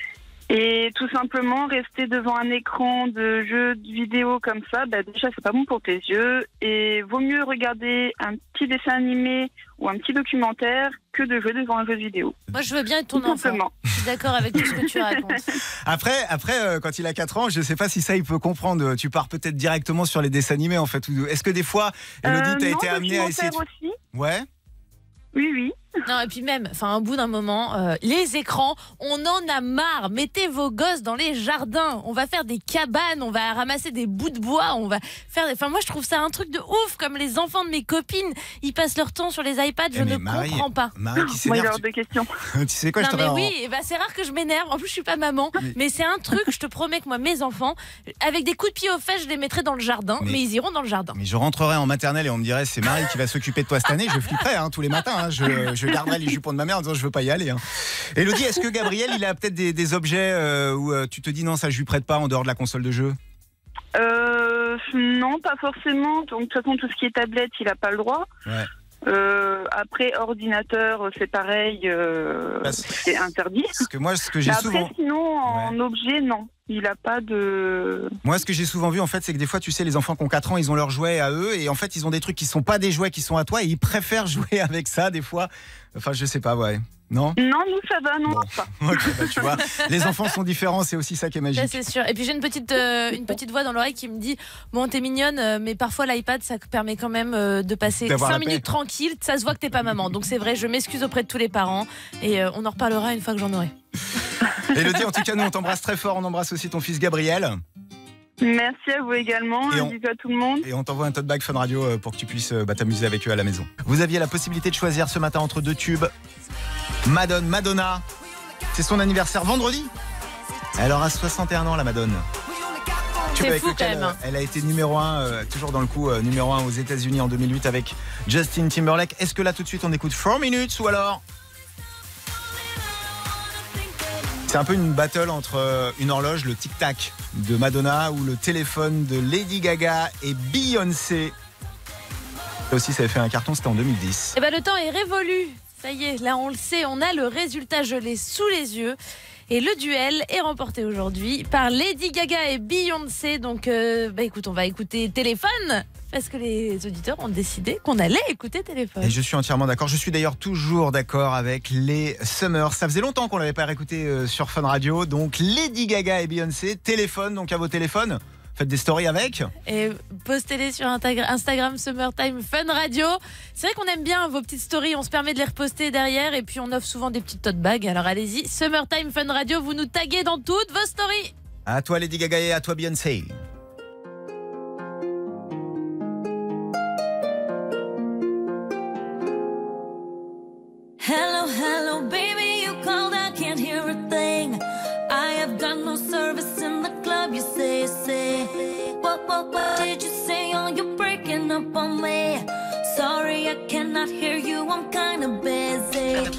Et tout simplement, rester devant un écran de jeux de vidéo comme ça, déjà, c'est pas bon pour tes yeux. Et vaut mieux regarder un petit dessin animé ou un petit documentaire que de jouer devant un jeu de vidéo. Moi, je veux bien être ton enfant. Je suis d'accord avec tout ce que tu racontes. Après, quand il a 4 ans, je sais pas si ça, il peut comprendre. Tu pars peut-être directement sur les dessins animés, en fait. Est-ce que des fois, Elodie, t'as été amenée à essayer aussi. Ouais. Oui. Non, et puis même, au bout d'un moment, les écrans, on en a marre. Mettez vos gosses dans les jardins. On va faire des cabanes, on va ramasser des bouts de bois, on va faire moi, je trouve ça un truc de ouf, comme les enfants de mes copines. Ils passent leur temps sur les iPads, je ne comprends pas. Marie qui s'énerve. Moi, j'ai des questions. Tu sais quoi, c'est rare que je m'énerve. En plus, je suis pas maman. Mais c'est un truc, je te promets que moi, mes enfants, avec des coups de pied aux fesses, je les mettrai dans le jardin. Mais ils iront dans le jardin. Mais je rentrerai en maternelle et on me dirait, c'est Marie qui va s'occuper de toi cette année. Je flipperai tous les matins. Je garderai les jupons de ma mère en disant je veux pas y aller. Elodie, est-ce que Gabriel, il a peut-être des objets où tu te dis non, ça je lui prête pas en dehors de la console de jeu? Non, pas forcément. Donc de toute façon, tout ce qui est tablette, il a pas le droit. Ouais. Après, ordinateur, c'est pareil, c'est interdit. Parce que moi, ce que j'ai souvent... sinon, en objet, non. Il a pas de... Moi, ce que j'ai souvent vu, en fait, c'est que des fois, tu sais, les enfants qui ont 4 ans, ils ont leurs jouets à eux, et en fait, ils ont des trucs qui sont pas des jouets qui sont à toi, et ils préfèrent jouer avec ça, des fois. Enfin, je sais pas, ouais. Non ? Non, nous, ça va, non, pas. Ok, tu vois, les enfants sont différents, c'est aussi ça qui est magique. Ça, c'est sûr. Et puis, j'ai une petite voix dans l'oreille qui me dit « Bon, t'es mignonne, mais parfois, l'iPad, ça permet quand même de passer 5 minutes tranquille. Ça se voit que t'es pas maman. Donc, c'est vrai, je m'excuse auprès de tous les parents, et on en reparlera une fois que j'en aurai. » Elodie, en tout cas, nous, on t'embrasse très fort. On embrasse aussi ton fils Gabriel. Merci à vous également. Un bisou à tout le monde. Et on t'envoie un tote bag Fun Radio pour que tu puisses t'amuser avec eux à la maison. Vous aviez la possibilité de choisir ce matin entre 2 tubes. Madonna. C'est son anniversaire vendredi. Elle aura 61 ans, la Madone. C'est fou quand même. Elle a été numéro 1, toujours dans le coup, numéro 1 aux États-Unis en 2008 avec Justin Timberlake. Est-ce que là, tout de suite, on écoute 4 Minutes ou alors... C'est un peu une battle entre une horloge, le tic-tac de Madonna ou le téléphone de Lady Gaga et Beyoncé. Là aussi, ça avait fait un carton, c'était en 2010. Et le temps est révolu. Ça y est, là on le sait, on a le résultat, je l'ai sous les yeux. Et le duel est remporté aujourd'hui par Lady Gaga et Beyoncé. Donc, écoute, on va écouter Téléphone. Parce que les auditeurs ont décidé qu'on allait écouter Téléphone. Et je suis entièrement d'accord. Je suis d'ailleurs toujours d'accord avec les Summers. Ça faisait longtemps qu'on l'avait pas réécouté sur Fun Radio. Donc Lady Gaga et Beyoncé, Téléphone. Donc à vos téléphones, faites des stories avec. Et postez-les sur Instagram Summertime Fun Radio. C'est vrai qu'on aime bien vos petites stories. On se permet de les reposter derrière. Et puis on offre souvent des petites tote bags. Alors allez-y, Summertime Fun Radio. Vous nous taguez dans toutes vos stories. À toi Lady Gaga et à toi Beyoncé. Hello, baby, you called, I can't hear a thing. I have got no service in the club, you say. What did you say? Oh, you're breaking up on me. Sorry, I cannot hear you, I'm kinda busy.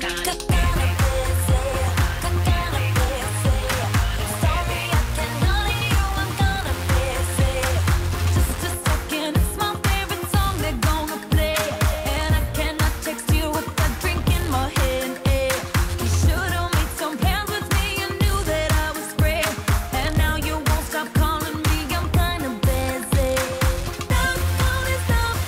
Stop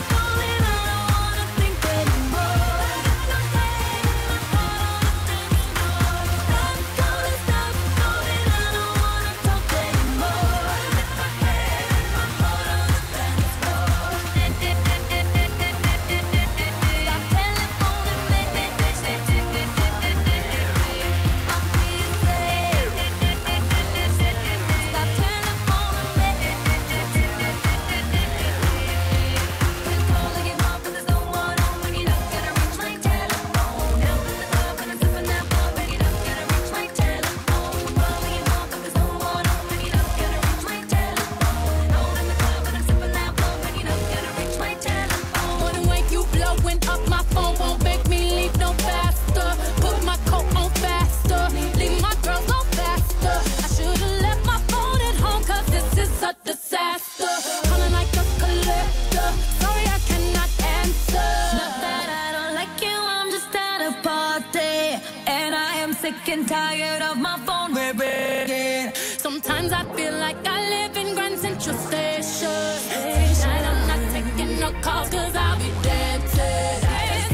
sick and tired of my phone ringing. Sometimes I feel like I live in Grand Central Station. Tonight I'm not taking no calls 'cause I'll be dancing.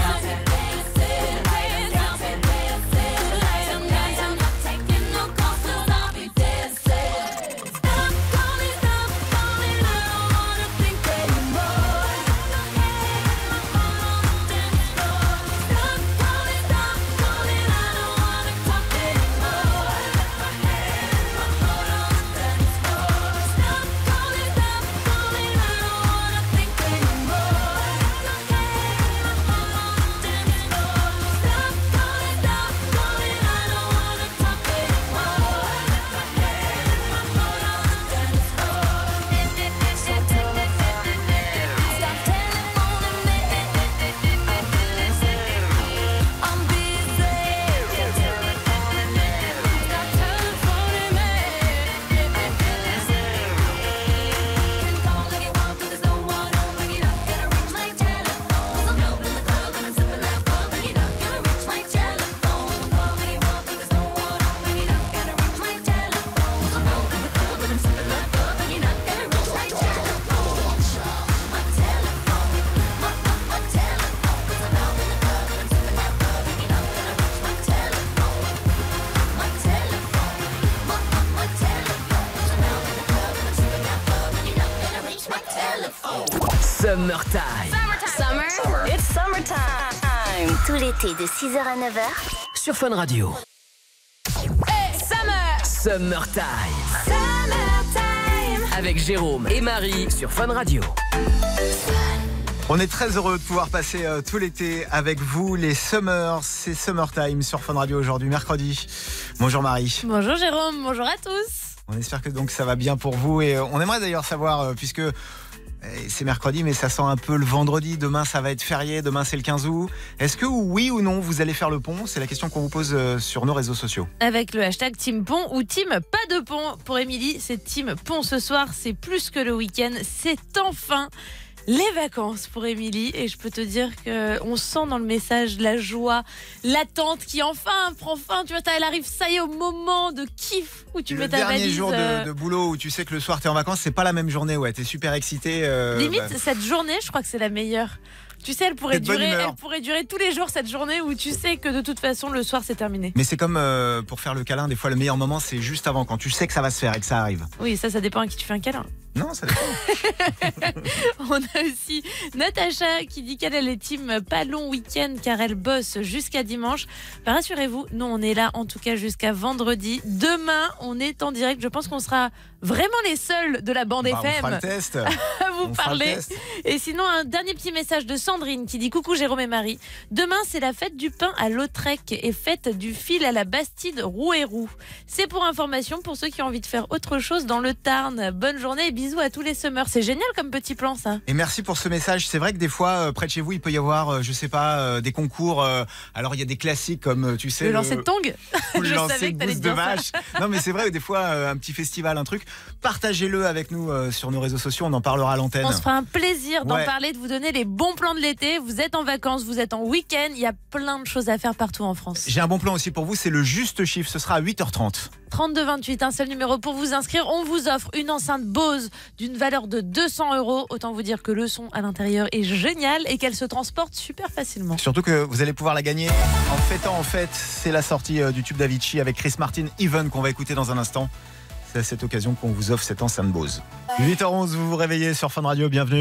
Summertime. Summer, it's summertime. Tout l'été de 6h à 9h. Sur Fun Radio. Hey, summer. Summertime. Summertime. Avec Jérôme et Marie sur Fun Radio. On est très heureux de pouvoir passer tout l'été avec vous, les Summers. C'est Summertime sur Fun Radio aujourd'hui, mercredi. Bonjour Marie. Bonjour Jérôme, bonjour à tous. On espère que donc ça va bien pour vous et on aimerait d'ailleurs savoir, puisque c'est mercredi mais ça sent un peu le vendredi, demain ça va être férié, demain c'est le 15 août. Est-ce que oui ou non vous allez faire le pont? C'est la question qu'on vous pose sur nos réseaux sociaux. Avec le hashtag Team Pont ou Team Pas de Pont. Pour Émilie, c'est Team Pont ce soir, c'est plus que le week-end, c'est enfin les vacances pour Émilie. Et je peux te dire qu'on sent dans le message la joie, l'attente qui enfin prend fin. Tu vois, elle arrive, ça y est, au moment de kiff où tu mets ta valise. Le dernier jour de boulot où tu sais que le soir t'es en vacances, c'est pas la même journée. Ouais, t'es super excité. Limite, cette journée, je crois que c'est la meilleure. Tu sais, elle pourrait durer tous les jours, cette journée où tu sais que de toute façon le soir c'est terminé. Mais c'est comme pour faire le câlin, des fois le meilleur moment c'est juste avant, quand tu sais que ça va se faire et que ça arrive. Oui, ça dépend à qui tu fais un câlin. Non, ça dépend. On a aussi Natacha qui dit qu'elle est team pas long week-end car elle bosse jusqu'à dimanche. Bah, rassurez-vous, nous on est là en tout cas jusqu'à vendredi. Demain on est en direct, je pense qu'on sera vraiment les seuls de la bande FM. On fera le test. À vous parler. Et sinon un dernier petit message de Sandrine qui dit coucou Jérôme et Marie. Demain c'est la fête du pain à Lautrec et fête du fil à la Bastide Rouerou. C'est pour information pour ceux qui ont envie de faire autre chose dans le Tarn. Bonne journée et bisous à tous les Summers. C'est génial comme petit plan ça. Et merci pour ce message. C'est vrai que des fois près de chez vous il peut y avoir je sais pas des concours. Alors il y a des classiques comme tu sais le lancer de tongs. Ou le lancer de bouse de vache. Non mais c'est vrai des fois un petit festival, un truc. Partagez-le avec nous sur nos réseaux sociaux. On en parlera à l'antenne. On se fera un plaisir d'en parler, de vous donner les bons plans de l'été. Vous êtes en vacances, vous êtes en week-end. Il y a plein de choses à faire partout en France. J'ai un bon plan aussi pour vous. C'est le juste chiffre. Ce sera à 8h30. 3228, un seul numéro pour vous inscrire. On vous offre une enceinte Bose d'une valeur de 200 €. Autant vous dire que le son à l'intérieur est génial et qu'elle se transporte super facilement. Surtout que vous allez pouvoir la gagner en fêtant. En fait, c'est la sortie du tube d'Avicii avec Chris Martin, Even, qu'on va écouter dans un instant. C'est à cette occasion qu'on vous offre cette enceinte Bose. 8h11, vous vous réveillez sur Fun Radio, bienvenue.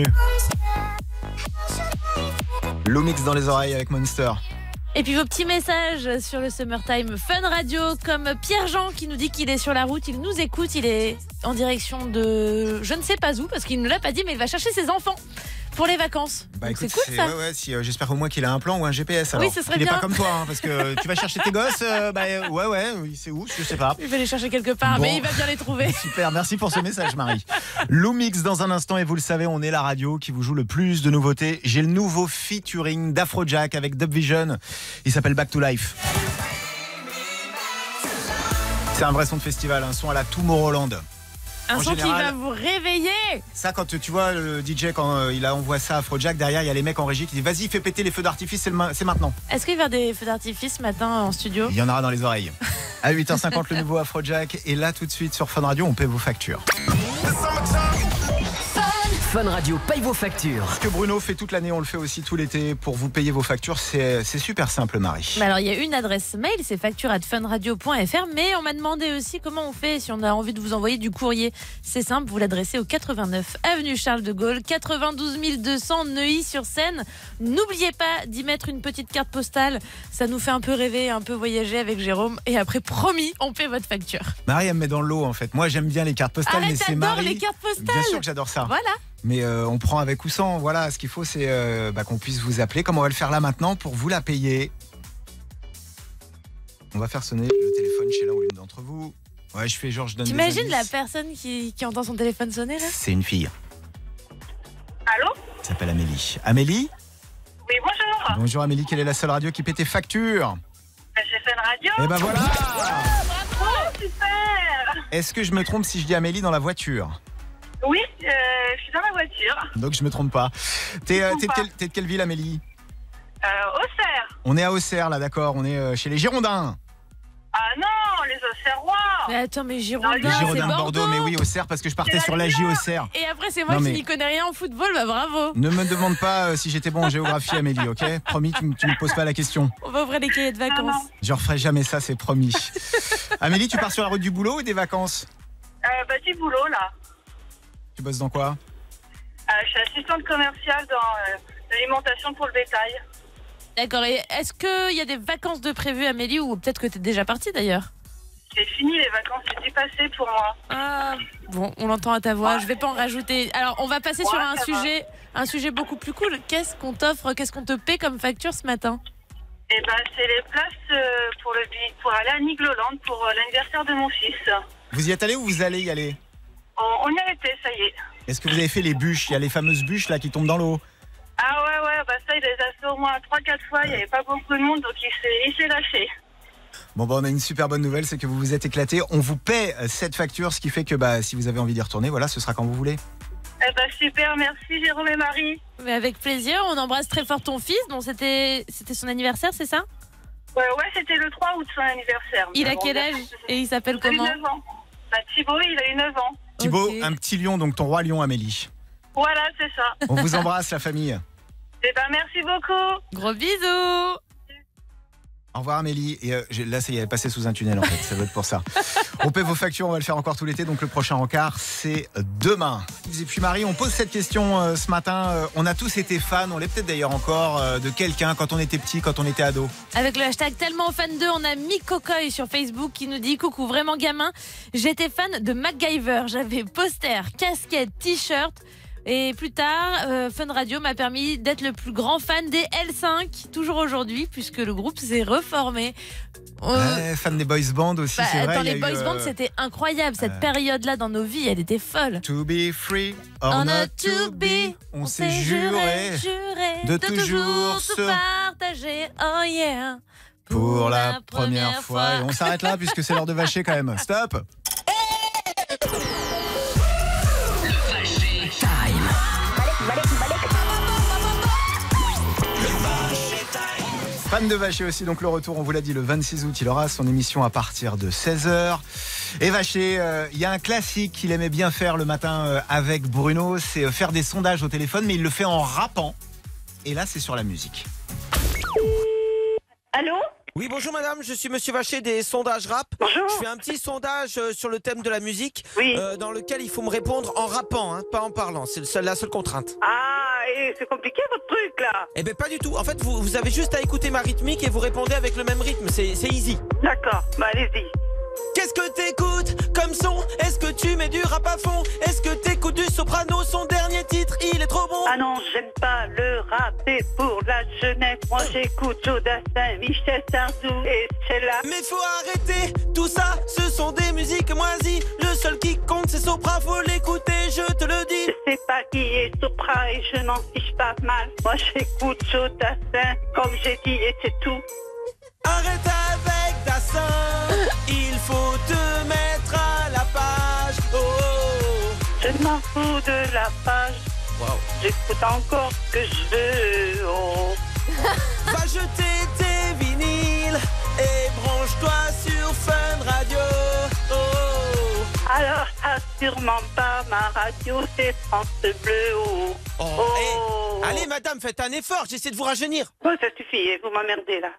Lumix dans les oreilles avec Monster. Et puis vos petits messages sur le Summertime Fun Radio, comme Pierre-Jean qui nous dit qu'il est sur la route, il nous écoute, il est en direction de je ne sais pas où, parce qu'il ne l'a pas dit, mais il va chercher ses enfants pour les vacances. Bah écoute, c'est cool ça. J'espère au moins qu'il a un plan ou un GPS. Alors. Oui, ce serait il bien. Il n'est pas comme toi, hein, parce que tu vas chercher tes gosses. C'est où? Je sais pas. Il va les chercher quelque part, mais il va bien les trouver. Super, merci pour ce message, Marie. Lumix dans un instant, et vous le savez, on est la radio qui vous joue le plus de nouveautés. J'ai le nouveau featuring d'Afrojack avec Dub Vision. Il s'appelle Back to Life. C'est un vrai son de festival, un son à la Tomorrowland. Un son qui va vous réveiller. Ça, quand tu vois le DJ, quand il envoie ça à Afrojack, derrière, il y a les mecs en régie qui disent vas-y, fais péter les feux d'artifice, c'est maintenant. Est-ce qu'il va y avoir des feux d'artifice ce matin en studio? Il y en aura dans les oreilles. À 8h50, le nouveau Afrojack. Et là, tout de suite, sur Fun Radio, on paie vos factures. Fun Radio paye vos factures. Ce que Bruno fait toute l'année, on le fait aussi tout l'été pour vous payer vos factures. C'est super simple, Marie. Alors, il y a une adresse mail, c'est facture@funradio.fr. Mais on m'a demandé aussi comment on fait si on a envie de vous envoyer du courrier. C'est simple, vous l'adressez au 89 avenue Charles de Gaulle, 92 200 Neuilly-sur-Seine. N'oubliez pas d'y mettre une petite carte postale. Ça nous fait un peu rêver, un peu voyager avec Jérôme. Et après, promis, on paie votre facture. Marie, elle me met dans l'eau, en fait. Moi, j'aime bien les cartes postales, mais c'est Marie. Les cartes postales. Bien sûr que j'adore ça. Voilà. Mais on prend avec ou sans. Voilà, ce qu'il faut, c'est qu'on puisse vous appeler. Comme on va le faire là maintenant pour vous la payer. On va faire sonner le téléphone chez l'un ou l'une d'entre vous. Ouais, je fais genre, je donne des indices. T'imagines la personne qui entend son téléphone sonner là? C'est une fille. Allô? Elle s'appelle Amélie. Amélie? Oui, bonjour. Bonjour Amélie, quelle est la seule radio qui paie tes factures? J'ai Fun Radio. Et ben voilà. Bravo, super. Est-ce que je me trompe si je dis Amélie dans la voiture? Oui, je suis dans la voiture. Donc je me trompe pas. T'es de quelle ville, Amélie? Auxerre. On est à Auxerre là, d'accord. On est chez les Girondins. Ah non, les Auxerrois. Mais attends, mais Girondins, les Girondins c'est de Bordeaux. Mais oui, Auxerre, parce que je partais sur la J Auxerre. Et après, c'est moi qui n'y connais rien en football, bah bravo. Ne me demande pas si j'étais bon en géographie, Amélie, ok? Promis, tu me poses pas la question. On va ouvrir les cahiers de vacances. Non. Je referai jamais ça, c'est promis. Amélie, tu pars sur la route du boulot ou des vacances? Du boulot là. Tu bosses dans quoi? Je suis assistante commerciale dans l'alimentation pour le bétail. D'accord, et est-ce qu'il y a des vacances de prévues, Amélie, ou peut-être que tu es déjà partie d'ailleurs? C'est fini, les vacances, c'est passé pour moi. Ah, bon, on l'entend à ta voix, je vais pas en rajouter. Alors, on va passer sur un sujet beaucoup plus cool. Qu'est-ce qu'on t'offre, qu'est-ce qu'on te paie comme facture ce matin? Eh ben, c'est les places pour aller à Nigloland pour l'anniversaire de mon fils. Vous y êtes allé ou vous allez y aller? On y a été, ça y est. Est-ce que vous avez fait les bûches? Il y a les fameuses bûches là qui tombent dans l'eau. Ah ouais, bah ça, il les a fait au moins 3-4 fois. Il n'y avait pas beaucoup de monde, donc il s'est lâché. Bon, on a une super bonne nouvelle, c'est que vous vous êtes éclatés. On vous paie cette facture, ce qui fait que si vous avez envie d'y retourner, voilà, ce sera quand vous voulez. Eh ben super, merci Jérôme et Marie. Mais avec plaisir, on embrasse très fort ton fils. Bon, c'était son anniversaire, c'est ça? Ouais, c'était le 3 août son anniversaire. Il a quel âge et il s'appelle comment? Il a eu 9 ans. Thibaut, il a eu 9 ans. Thibaut, Okay. un petit lion, donc ton roi lion, Amélie. Voilà, c'est ça. On vous embrasse, la famille. Eh ben merci beaucoup. Gros bisous. Au revoir Amélie. Et là, ça y est, elle est passée sous un tunnel en fait, ça doit être pour ça. On paie vos factures, on va le faire encore tout l'été, donc le prochain rencard, c'est demain. Et puis Marie, on pose cette question ce matin. On a tous été fans, on l'est peut-être d'ailleurs encore, de quelqu'un quand on était petit, quand on était ado. Avec le hashtag tellement fan 2, on a Mikokoy sur Facebook qui nous dit: coucou, vraiment gamin, j'étais fan de MacGyver, j'avais poster, casquette, t-shirt. Et plus tard, Fun Radio m'a permis d'être le plus grand fan des L5, toujours aujourd'hui, puisque le groupe s'est reformé. Fan des boys bands aussi, c'est vrai. Dans les boys bands, c'était incroyable. Cette période-là dans nos vies, elle était folle. To be free or not to be. On s'est juré de toujours se partager. Oh yeah. Pour la première fois. Et on s'arrête là puisque c'est l'heure de vacher quand même. Stop. Fan de Vacher aussi, donc le retour, on vous l'a dit, le 26 août, il aura son émission à partir de 16h. Et Vacher, il y a un classique qu'il aimait bien faire le matin avec Bruno, c'est faire des sondages au téléphone, mais il le fait en rappant. Et là, c'est sur la musique. Allô ? Oui, bonjour madame, je suis monsieur Vacher des sondages rap. Bonjour. Je fais un petit sondage sur le thème de la musique, oui. Dans lequel il faut me répondre en rappant, hein, pas en parlant, c'est la seule contrainte. Ah, et c'est compliqué votre truc là. Eh ben pas du tout, en fait vous avez juste à écouter ma rythmique et vous répondez avec le même rythme, c'est easy. D'accord, bah allez-y. Qu'est-ce que t'écoutes comme son? Est-ce que tu mets du rap à fond? Est-ce que t'écoutes du Soprano? Son dernier titre, il est trop bon. Ah non, j'aime pas le rap, c'est pour la jeunesse. Moi j'écoute Jodassin, Michel Sardou et Sheila. Mais faut arrêter tout ça, ce sont des musiques moisies. Le seul qui compte c'est Sopra, faut l'écouter, je te le dis. Je sais pas qui est Sopra et je n'en fiche pas mal. Moi j'écoute Jodassin, comme j'ai dit, et c'est tout. Arrête avec Dassin, il faut te mettre à la page. Oh, oh, Je m'en fous de la page. Wow. J'écoute encore ce que je veux. Oh. Va jeter tes vinyles et branche-toi sur Fun Radio. Oh. Alors, sûrement pas ma radio, c'est France Bleu. Oh. Oh. Oh. Hey, allez, madame, faites un effort, j'essaie de vous rajeunir. Oh, ça suffit, vous m'emmerdez là.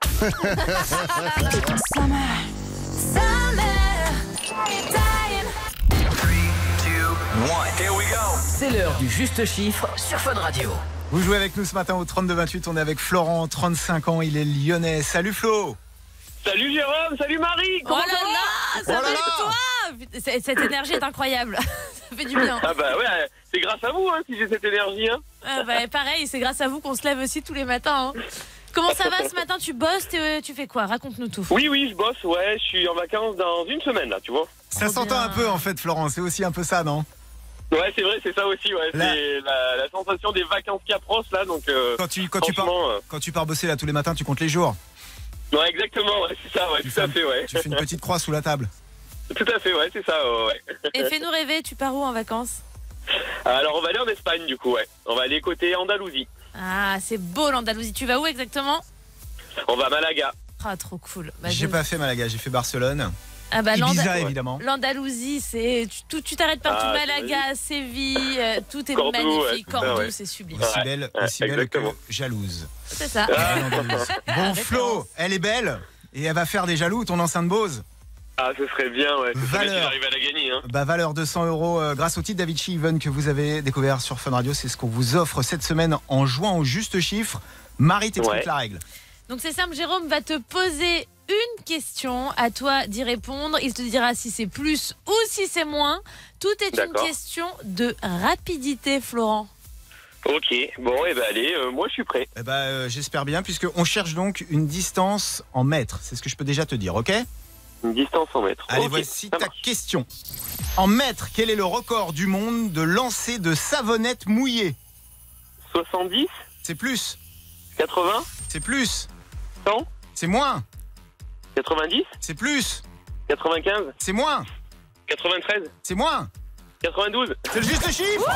C'est l'heure du juste chiffre sur Fun Radio. Vous jouez avec nous ce matin au 32-28. On est avec Florent, 35 ans. Il est lyonnais. Salut Flo. Salut Jérôme, salut Marie. Oh là là, ça va avec toi. Cette énergie est incroyable. Ça fait du bien. Ah bah ouais, c'est grâce à vous si j'ai cette énergie. Pareil, c'est grâce à vous qu'on se lève aussi tous les matins. Comment ça va ce matin? Tu bosses, tu fais quoi? Raconte-nous tout. Oui, je bosse, ouais. Je suis en vacances dans une semaine là, tu vois. Ça s'entend un peu en fait, Florent. C'est aussi un peu ça, non? Ouais, c'est vrai, c'est ça aussi, ouais. Là... C'est la sensation des vacances qui approchent là, donc. Quand tu pars bosser là tous les matins, tu comptes les jours. Ouais, exactement, ouais, c'est ça, ouais, tout à fait, ouais. Tu fais une petite croix sous la table. Tout à fait, ouais, c'est ça, ouais. Et fais-nous rêver, tu pars où en vacances? Alors, on va aller en Espagne, du coup, ouais. On va aller côté Andalousie. Ah, c'est beau l'Andalousie. Tu vas où exactement? On va à Malaga. Ah, trop cool. J'ai pas fait Malaga, j'ai fait Barcelone. Ah bah Ibiza, évidemment. L'Andalousie, c'est tu t'arrêtes partout, Malaga, Séville, tout est Cordoue, magnifique. Ouais, Cordoue, ouais. c'est sublime. Aussi belle que jalouse. C'est ça. Bon, Flo, elle est belle et elle va faire des jaloux, ton enceinte Bose. Ah, ce serait bien, ouais. Valeur. J'arrive à la gagner, hein. Valeur 200 € grâce au titre Davichi Even que vous avez découvert sur Fun Radio. C'est ce qu'on vous offre cette semaine en jouant au juste chiffre. Marie t'explique la règle. Donc c'est simple, Jérôme va te poser une question, à toi d'y répondre. Il te dira si c'est plus ou si c'est moins. Tout est une question de rapidité, Florent. Ok, bon, et allez, moi je suis prêt. J'espère bien, puisqu'on cherche donc une distance en mètres. C'est ce que je peux déjà te dire, ok? Une distance en mètres. Allez, voici ta question. En mètres, quel est le record du monde de lancer de savonnettes mouillées? 70? C'est plus. 80? C'est plus. 100? C'est moins. 90? C'est plus. 95? C'est moins. 93? C'est moins. 92? C'est le juste chiffre.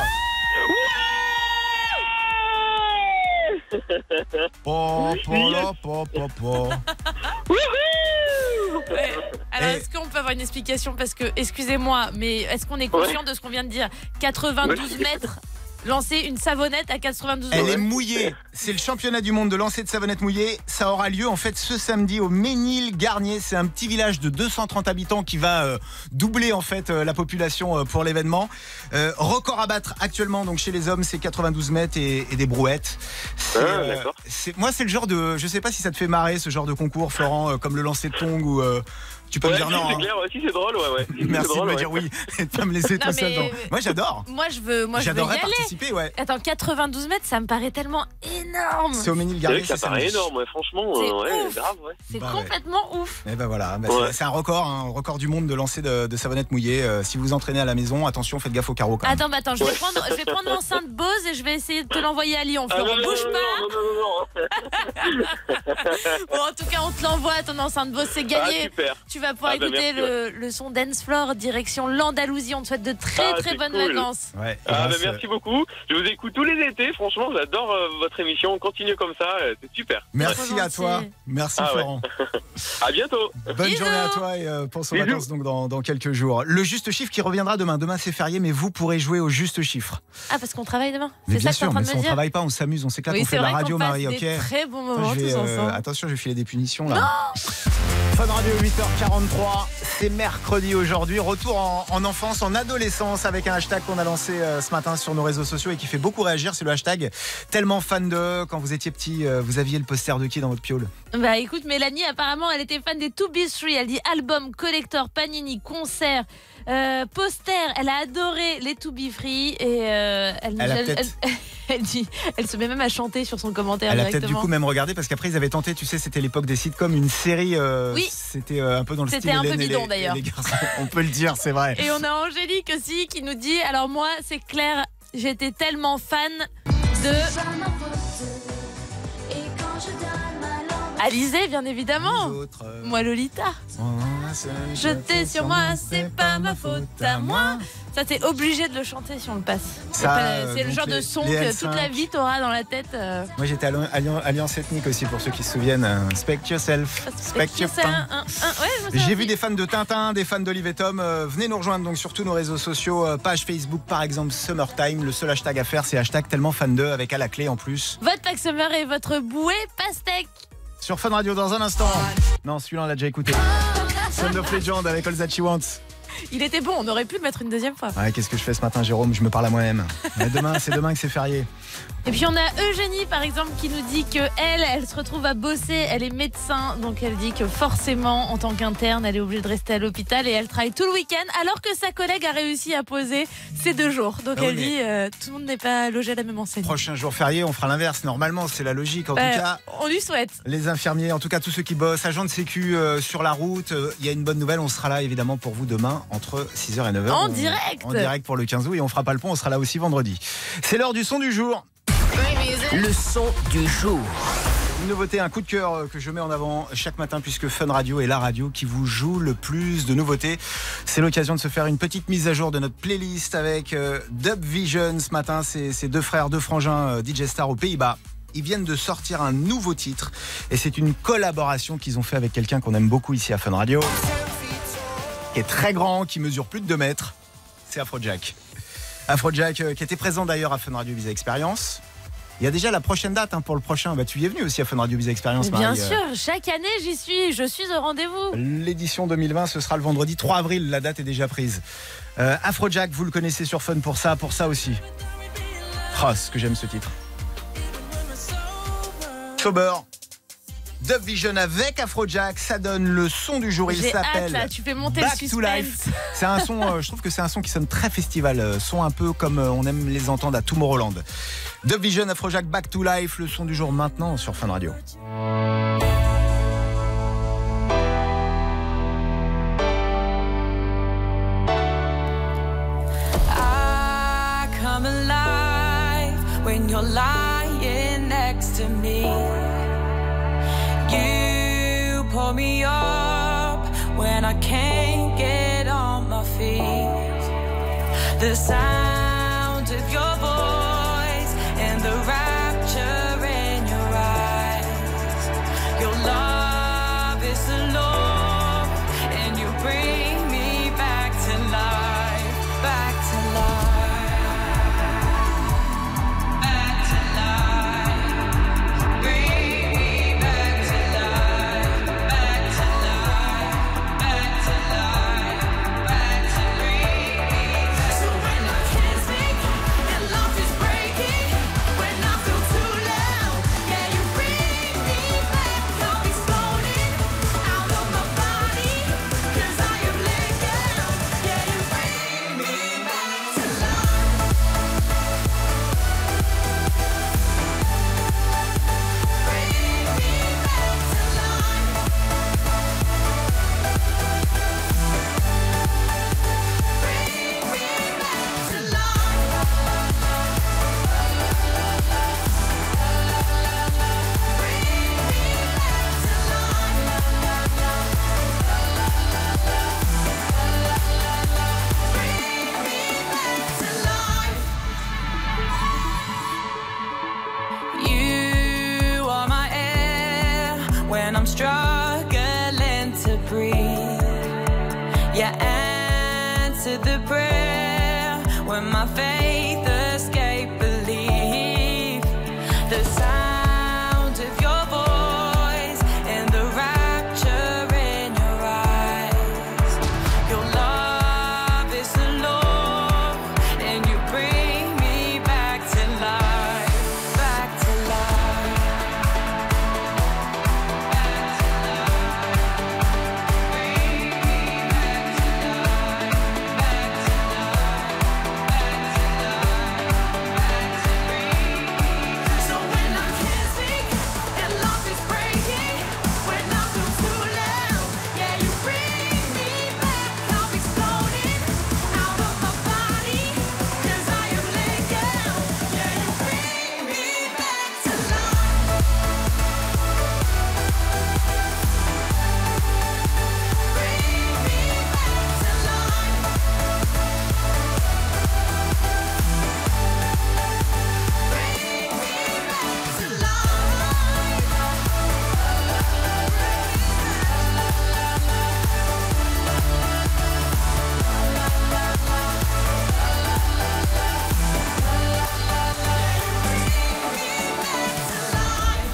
Alors est-ce qu'on peut avoir une explication? Parce que, excusez-moi, mais est-ce qu'on est conscient de ce qu'on vient de dire? 92 mètres, lancer une savonnette à 92 Elle est mouillée. C'est le championnat du monde de lancer de savonnette mouillée. Ça aura lieu en fait ce samedi au Ménil-Garnier. C'est un petit village de 230 habitants qui va doubler en fait la population pour l'événement. Record à battre actuellement donc chez les hommes, c'est 92 mètres et des brouettes. Moi c'est le genre de, je sais pas si ça te fait marrer ce genre de concours, Florent, comme le lancer de tong ou tu peux me dire non. C'est clair, si c'est drôle, ouais. Merci drôle, de me dire oui et de pas me laisser tout seul. Moi j'adore. J'adorerais participer, ouais. Attends, 92 mètres, ça me paraît tellement énorme. C'est au Ménil-Garnier. Ça paraît énorme, ouais, franchement. C'est grave, ouais. C'est complètement ouf. Et voilà, c'est un record du monde de lancer de savonnettes mouillées. Si vous entraînez à la maison, attention, faites gaffe au carreau quand même. Attends, je vais prendre l'enceinte Bose et je vais essayer de te l'envoyer à Lyon. Florent, bouge pas. Bon, en tout cas, on te l'envoie, ton enceinte Bose, c'est gagné. Super. Tu vas pouvoir écouter le son Dance Floor direction l'Andalousie. On te souhaite de très bonnes vacances. Ouais, merci beaucoup. Je vous écoute tous les étés. Franchement, j'adore votre émission. Continuez comme ça, c'est super. Merci à toi. Merci Florent. À bientôt. Bonne journée à toi et pense aux vacances donc dans quelques jours. Le juste chiffre qui reviendra demain. Demain c'est férié, mais vous pourrez jouer au juste chiffre. Ah, parce qu'on travaille demain. Mais c'est ça que tu es en train de me dire. dire. On travaille pas, on s'amuse, on s'éclate, on fait de la radio, Marie. Ok. Très bon moment tous ensemble. Attention, je vais filer des punitions là. Fun Radio 8h43. C'est mercredi aujourd'hui. Retour en enfance, en adolescence avec un hashtag qu'on a lancé ce matin sur nos réseaux sociaux et qui fait beaucoup réagir. C'est le hashtag tellement fan de. Quand vous étiez petit, vous aviez le poster de qui dans votre piole? Bah écoute, Mélanie, apparemment, elle était fan des 2B3. Elle dit album, collector, panini, concert, poster. Elle a adoré les 2B3 et elle dit, elle se met même à chanter sur son commentaire. Elle a peut-être du coup même regardé parce qu'après ils avaient tenté, tu sais, c'était l'époque des sitcoms, une série. Oui. C'était un peu dans le style. C'était un peu bidon d'ailleurs. Les garçons, on peut le dire, c'est vrai. Et on a Angélique aussi qui nous dit, alors moi, c'est clair, j'étais tellement fan de Alizée, bien évidemment. Moi, Lolita. Jeter sur moi, c'est pas ma faute à moi. Ça, t'es obligé de le chanter si on le passe. C'est le genre de son que toute la vie t'auras dans la tête. Moi, j'étais à Alliance Ethnique aussi, pour ceux qui se souviennent. Spect Yourself. J'ai vu des fans de Tintin, des fans d'Olive et Tom. Venez nous rejoindre donc sur tous nos réseaux sociaux. Page Facebook, par exemple, Summertime. Le seul hashtag à faire, c'est hashtag tellement fan 2 avec à la clé en plus. Votre pack Summer et votre bouée pastèque. Sur Fun Radio dans un instant. Non, celui-là, on l'a déjà écouté. Sound of Legend avec All That She Wants. Il était bon, on aurait pu le mettre une deuxième fois. Ouais, qu'est-ce que je fais ce matin, Jérôme? Je me parle à moi-même. C'est demain que c'est férié. Et puis on a Eugénie par exemple qui nous dit que elle se retrouve à bosser, elle est médecin, donc elle dit que forcément en tant qu'interne elle est obligée de rester à l'hôpital et elle travaille tout le week-end alors que sa collègue a réussi à poser ces 2 jours. Donc elle dit tout le monde n'est pas logé à la même enseigne. Prochain jour férié, on fera l'inverse. Normalement, c'est la logique. En tout cas, on lui souhaite. Les infirmiers, en tout cas tous ceux qui bossent, agents de sécu sur la route, il y a une bonne nouvelle, on sera là évidemment pour vous demain entre 6h et 9h. En direct. En direct pour le 15 août et on fera pas le pont, on sera là aussi vendredi. C'est l'heure du son du jour. Le son du jour. Une nouveauté, un coup de cœur que je mets en avant chaque matin puisque Fun Radio est la radio qui vous joue le plus de nouveautés. C'est l'occasion de se faire une petite mise à jour de notre playlist avec Dub Vision ce matin. C'est 2 frères, 2 frangins DJ Star aux Pays-Bas. Ils viennent de sortir un nouveau titre et c'est une collaboration qu'ils ont fait avec quelqu'un qu'on aime beaucoup ici à Fun Radio, qui est très grand, qui mesure plus de 2 mètres. C'est Afrojack. Afrojack qui était présent d'ailleurs à Fun Radio Visa Experience. Il y a déjà la prochaine date pour le prochain. Tu y es venu aussi à Fun Radio Visa Experience, Marie. Bien sûr, chaque année j'y suis, je suis au rendez-vous. L'édition 2020, ce sera le vendredi 3 avril, la date est déjà prise. Afrojack, vous le connaissez sur Fun pour ça aussi. Oh, ce que j'aime ce titre. Sober. Dub Vision avec Afrojack, ça donne le son du jour. Il s'appelle tu fais monter Back le suspense. To Life. C'est un son, je trouve que c'est un son qui sonne très festival, son un peu comme on aime les entendre à Tomorrowland. Dub Vision, Afrojack, Back To Life, le son du jour maintenant sur Fun Radio. I come alive when you're lying next to me. You pull me up when I can't get on my feet. The sound of your voice and the rapture in your eyes. Your love is alone and you bring me back to life, back to life. I'm struggling to breathe. You answer the prayer when my faith escaped belief. The sound of your voice and the rapture in your eyes. Your love is the Lord and you bring me back to life, back to life.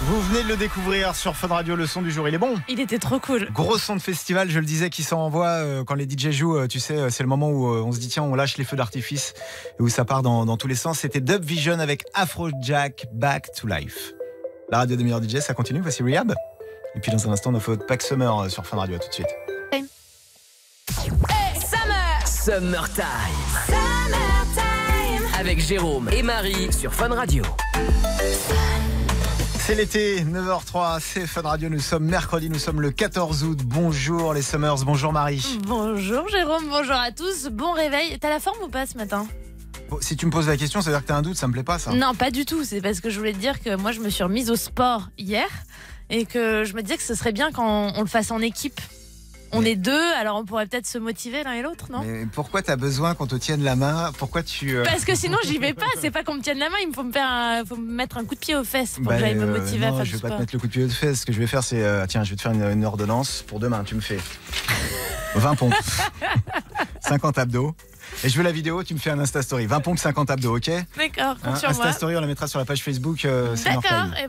Vous venez de le découvrir sur Fun Radio, le son du jour, il est bon. Il était trop cool. Gros son de festival, je le disais, qui s'envoie quand les DJ jouent, tu sais, c'est le moment où on se dit tiens, on lâche les feux d'artifice et où ça part dans tous les sens. C'était Dub Vision avec Afrojack, Back to Life. La radio des meilleurs DJ, ça continue, voici Rehab. Et puis dans un instant, on offre Pack Summer sur Fun Radio, à tout de suite. Hey, Summertime. Avec Jérôme et Marie sur Fun Radio. C'est l'été, 9h03, c'est Fun Radio, nous sommes mercredi, nous sommes le 14 août. Bonjour les Summers, bonjour Marie. Bonjour Jérôme, bonjour à tous, bon réveil. T'as la forme ou pas ce matin ? Bon, si tu me poses la question, ça veut dire que t'as un doute, ça me plaît pas ça. Non, pas du tout, c'est parce que je voulais te dire que moi je me suis remise au sport hier et que je me disais que ce serait bien quand on le fasse en équipe. On est deux, alors on pourrait peut-être se motiver l'un et l'autre, non ? Mais pourquoi t'as besoin qu'on te tienne la main ? Pourquoi tu... Parce que sinon j'y vais pas, c'est pas qu'on me tienne la main, il faut me mettre un coup de pied aux fesses pour que j'aille me motiver à faire du sport. Je vais pas te mettre le coup de pied aux fesses, ce que je vais faire c'est... tiens, je vais te faire une ordonnance pour demain, tu me fais 20 pompes, 50 abdos. Et je veux la vidéo, tu me fais un Insta Story. 20 pompes, 50 abdos, ok ? D'accord, compte sur moi. Insta Story, on la mettra sur la page Facebook. D'accord, et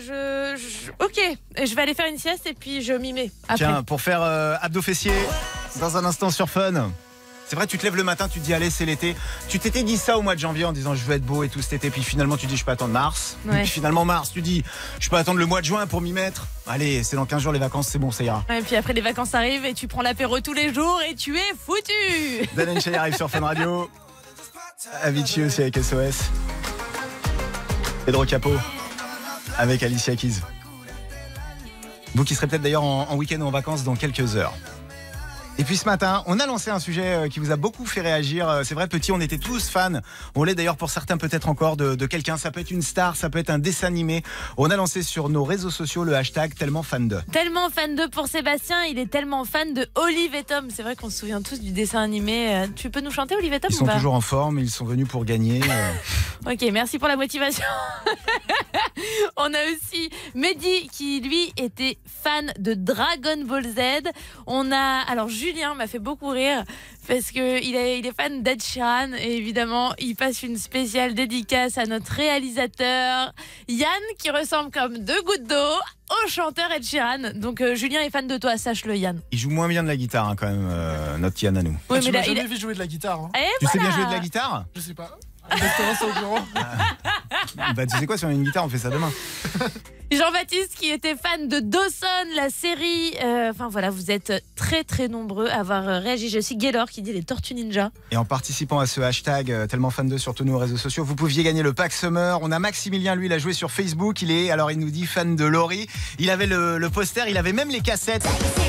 ok. Et je vais aller faire une sieste et puis je m'y mets. Après. Tiens, pour faire abdos fessiers, dans un instant sur Fun. C'est vrai, tu te lèves le matin, tu te dis allez, c'est l'été. Tu t'étais dit ça au mois de janvier en disant je veux être beau et tout cet été. Puis finalement, tu dis je peux attendre mars. Ouais. Et puis finalement, mars, tu dis je peux attendre le mois de juin pour m'y mettre. Allez, c'est dans 15 jours les vacances, c'est bon, ça ira. Et puis après, les vacances arrivent et tu prends l'apéro tous les jours et tu es foutu. Dan Shay arrive sur Fun Radio. Avicii aussi avec SOS. Pedro Capo avec Alicia Keys. Vous qui serez peut-être d'ailleurs en week-end ou en vacances dans quelques heures. Et puis ce matin, on a lancé un sujet qui vous a beaucoup fait réagir. C'est vrai, petit, on était tous fans. On l'est d'ailleurs pour certains peut-être encore de quelqu'un. Ça peut être une star, ça peut être un dessin animé. On a lancé sur nos réseaux sociaux le hashtag tellement fan de. Tellement fan de pour Sébastien, il est tellement fan de Olive et Tom. C'est vrai qu'on se souvient tous du dessin animé. Tu peux nous chanter Olive et Tom ? Ils sont toujours en forme, ils sont venus pour gagner. Ok, merci pour la motivation. On a aussi Mehdi qui lui était fan de Dragon Ball Z. On a alors Julien m'a fait beaucoup rire parce que il est fan d'Ed Sheeran et évidemment il passe une spéciale dédicace à notre réalisateur Yann qui ressemble comme deux gouttes d'eau au chanteur Ed Sheeran. Donc Julien est fan de toi, sache-le Yann. Il joue moins bien de la guitare hein, quand même, notre Yann à nous. Oui, tu m'as jamais vu jouer de la guitare. Hein. Tu sais bien jouer de la guitare ? Je sais pas. Exactement ça au bureau. Bah tu sais quoi, si on a une guitare, on fait ça demain. Jean-Baptiste qui était fan de Dawson, la série. Enfin voilà, vous êtes très très nombreux à avoir réagi. J'ai aussi Gaylor qui dit les Tortues Ninja. Et en participant à ce hashtag tellement fan de sur tous nos réseaux sociaux, vous pouviez gagner le pack Summer. On a Maximilien, lui, il a joué sur Facebook. Il nous dit fan de Laurie. Il avait le poster, il avait même les cassettes.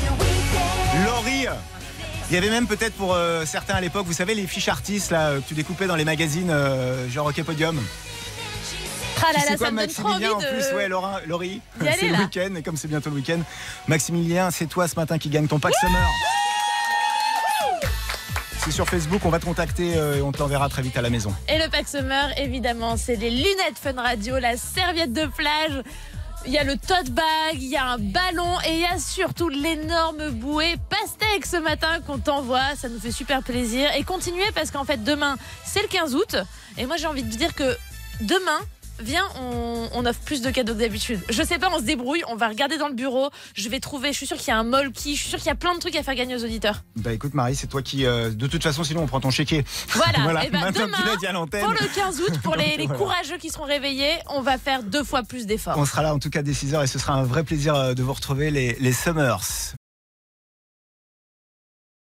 Laurie. Il y avait même peut-être pour certains à l'époque, vous savez, les fiches artistes là, que tu découpais dans les magazines genre Rocket Podium. Ah là là, c'est quoi, ça me donne trop envie Maximilien en de... plus, ouais, Laurie, c'est le là. week-end, et comme c'est bientôt le week-end, Maximilien, c'est toi ce matin qui gagne ton pack Summer. C'est sur Facebook, on va te contacter et on te l'enverra très vite à la maison. Et le pack Summer, évidemment, c'est les lunettes Fun Radio, la serviette de plage. Il y a le tote bag, il y a un ballon et il y a surtout l'énorme bouée pastèque ce matin qu'on t'envoie. Ça nous fait super plaisir. Et continuez parce qu'en fait demain c'est le 15 août et moi j'ai envie de vous dire que demain, viens, on offre plus de cadeaux que d'habitude. Je sais pas, on se débrouille, on va regarder dans le bureau. Je vais trouver, je suis sûre qu'il y a un molki, je suis sûre qu'il y a plein de trucs à faire gagner aux auditeurs. Bah écoute Marie, c'est toi qui, de toute façon sinon on prend ton chéquier. Voilà. Et ben maintenant demain, que tu l'as dit à l'antenne. pour le 15 août, pour les Voilà. courageux qui seront réveillés, on va faire 2 fois plus d'efforts. On sera là en tout cas dès 6h et ce sera un vrai plaisir de vous retrouver les Summers.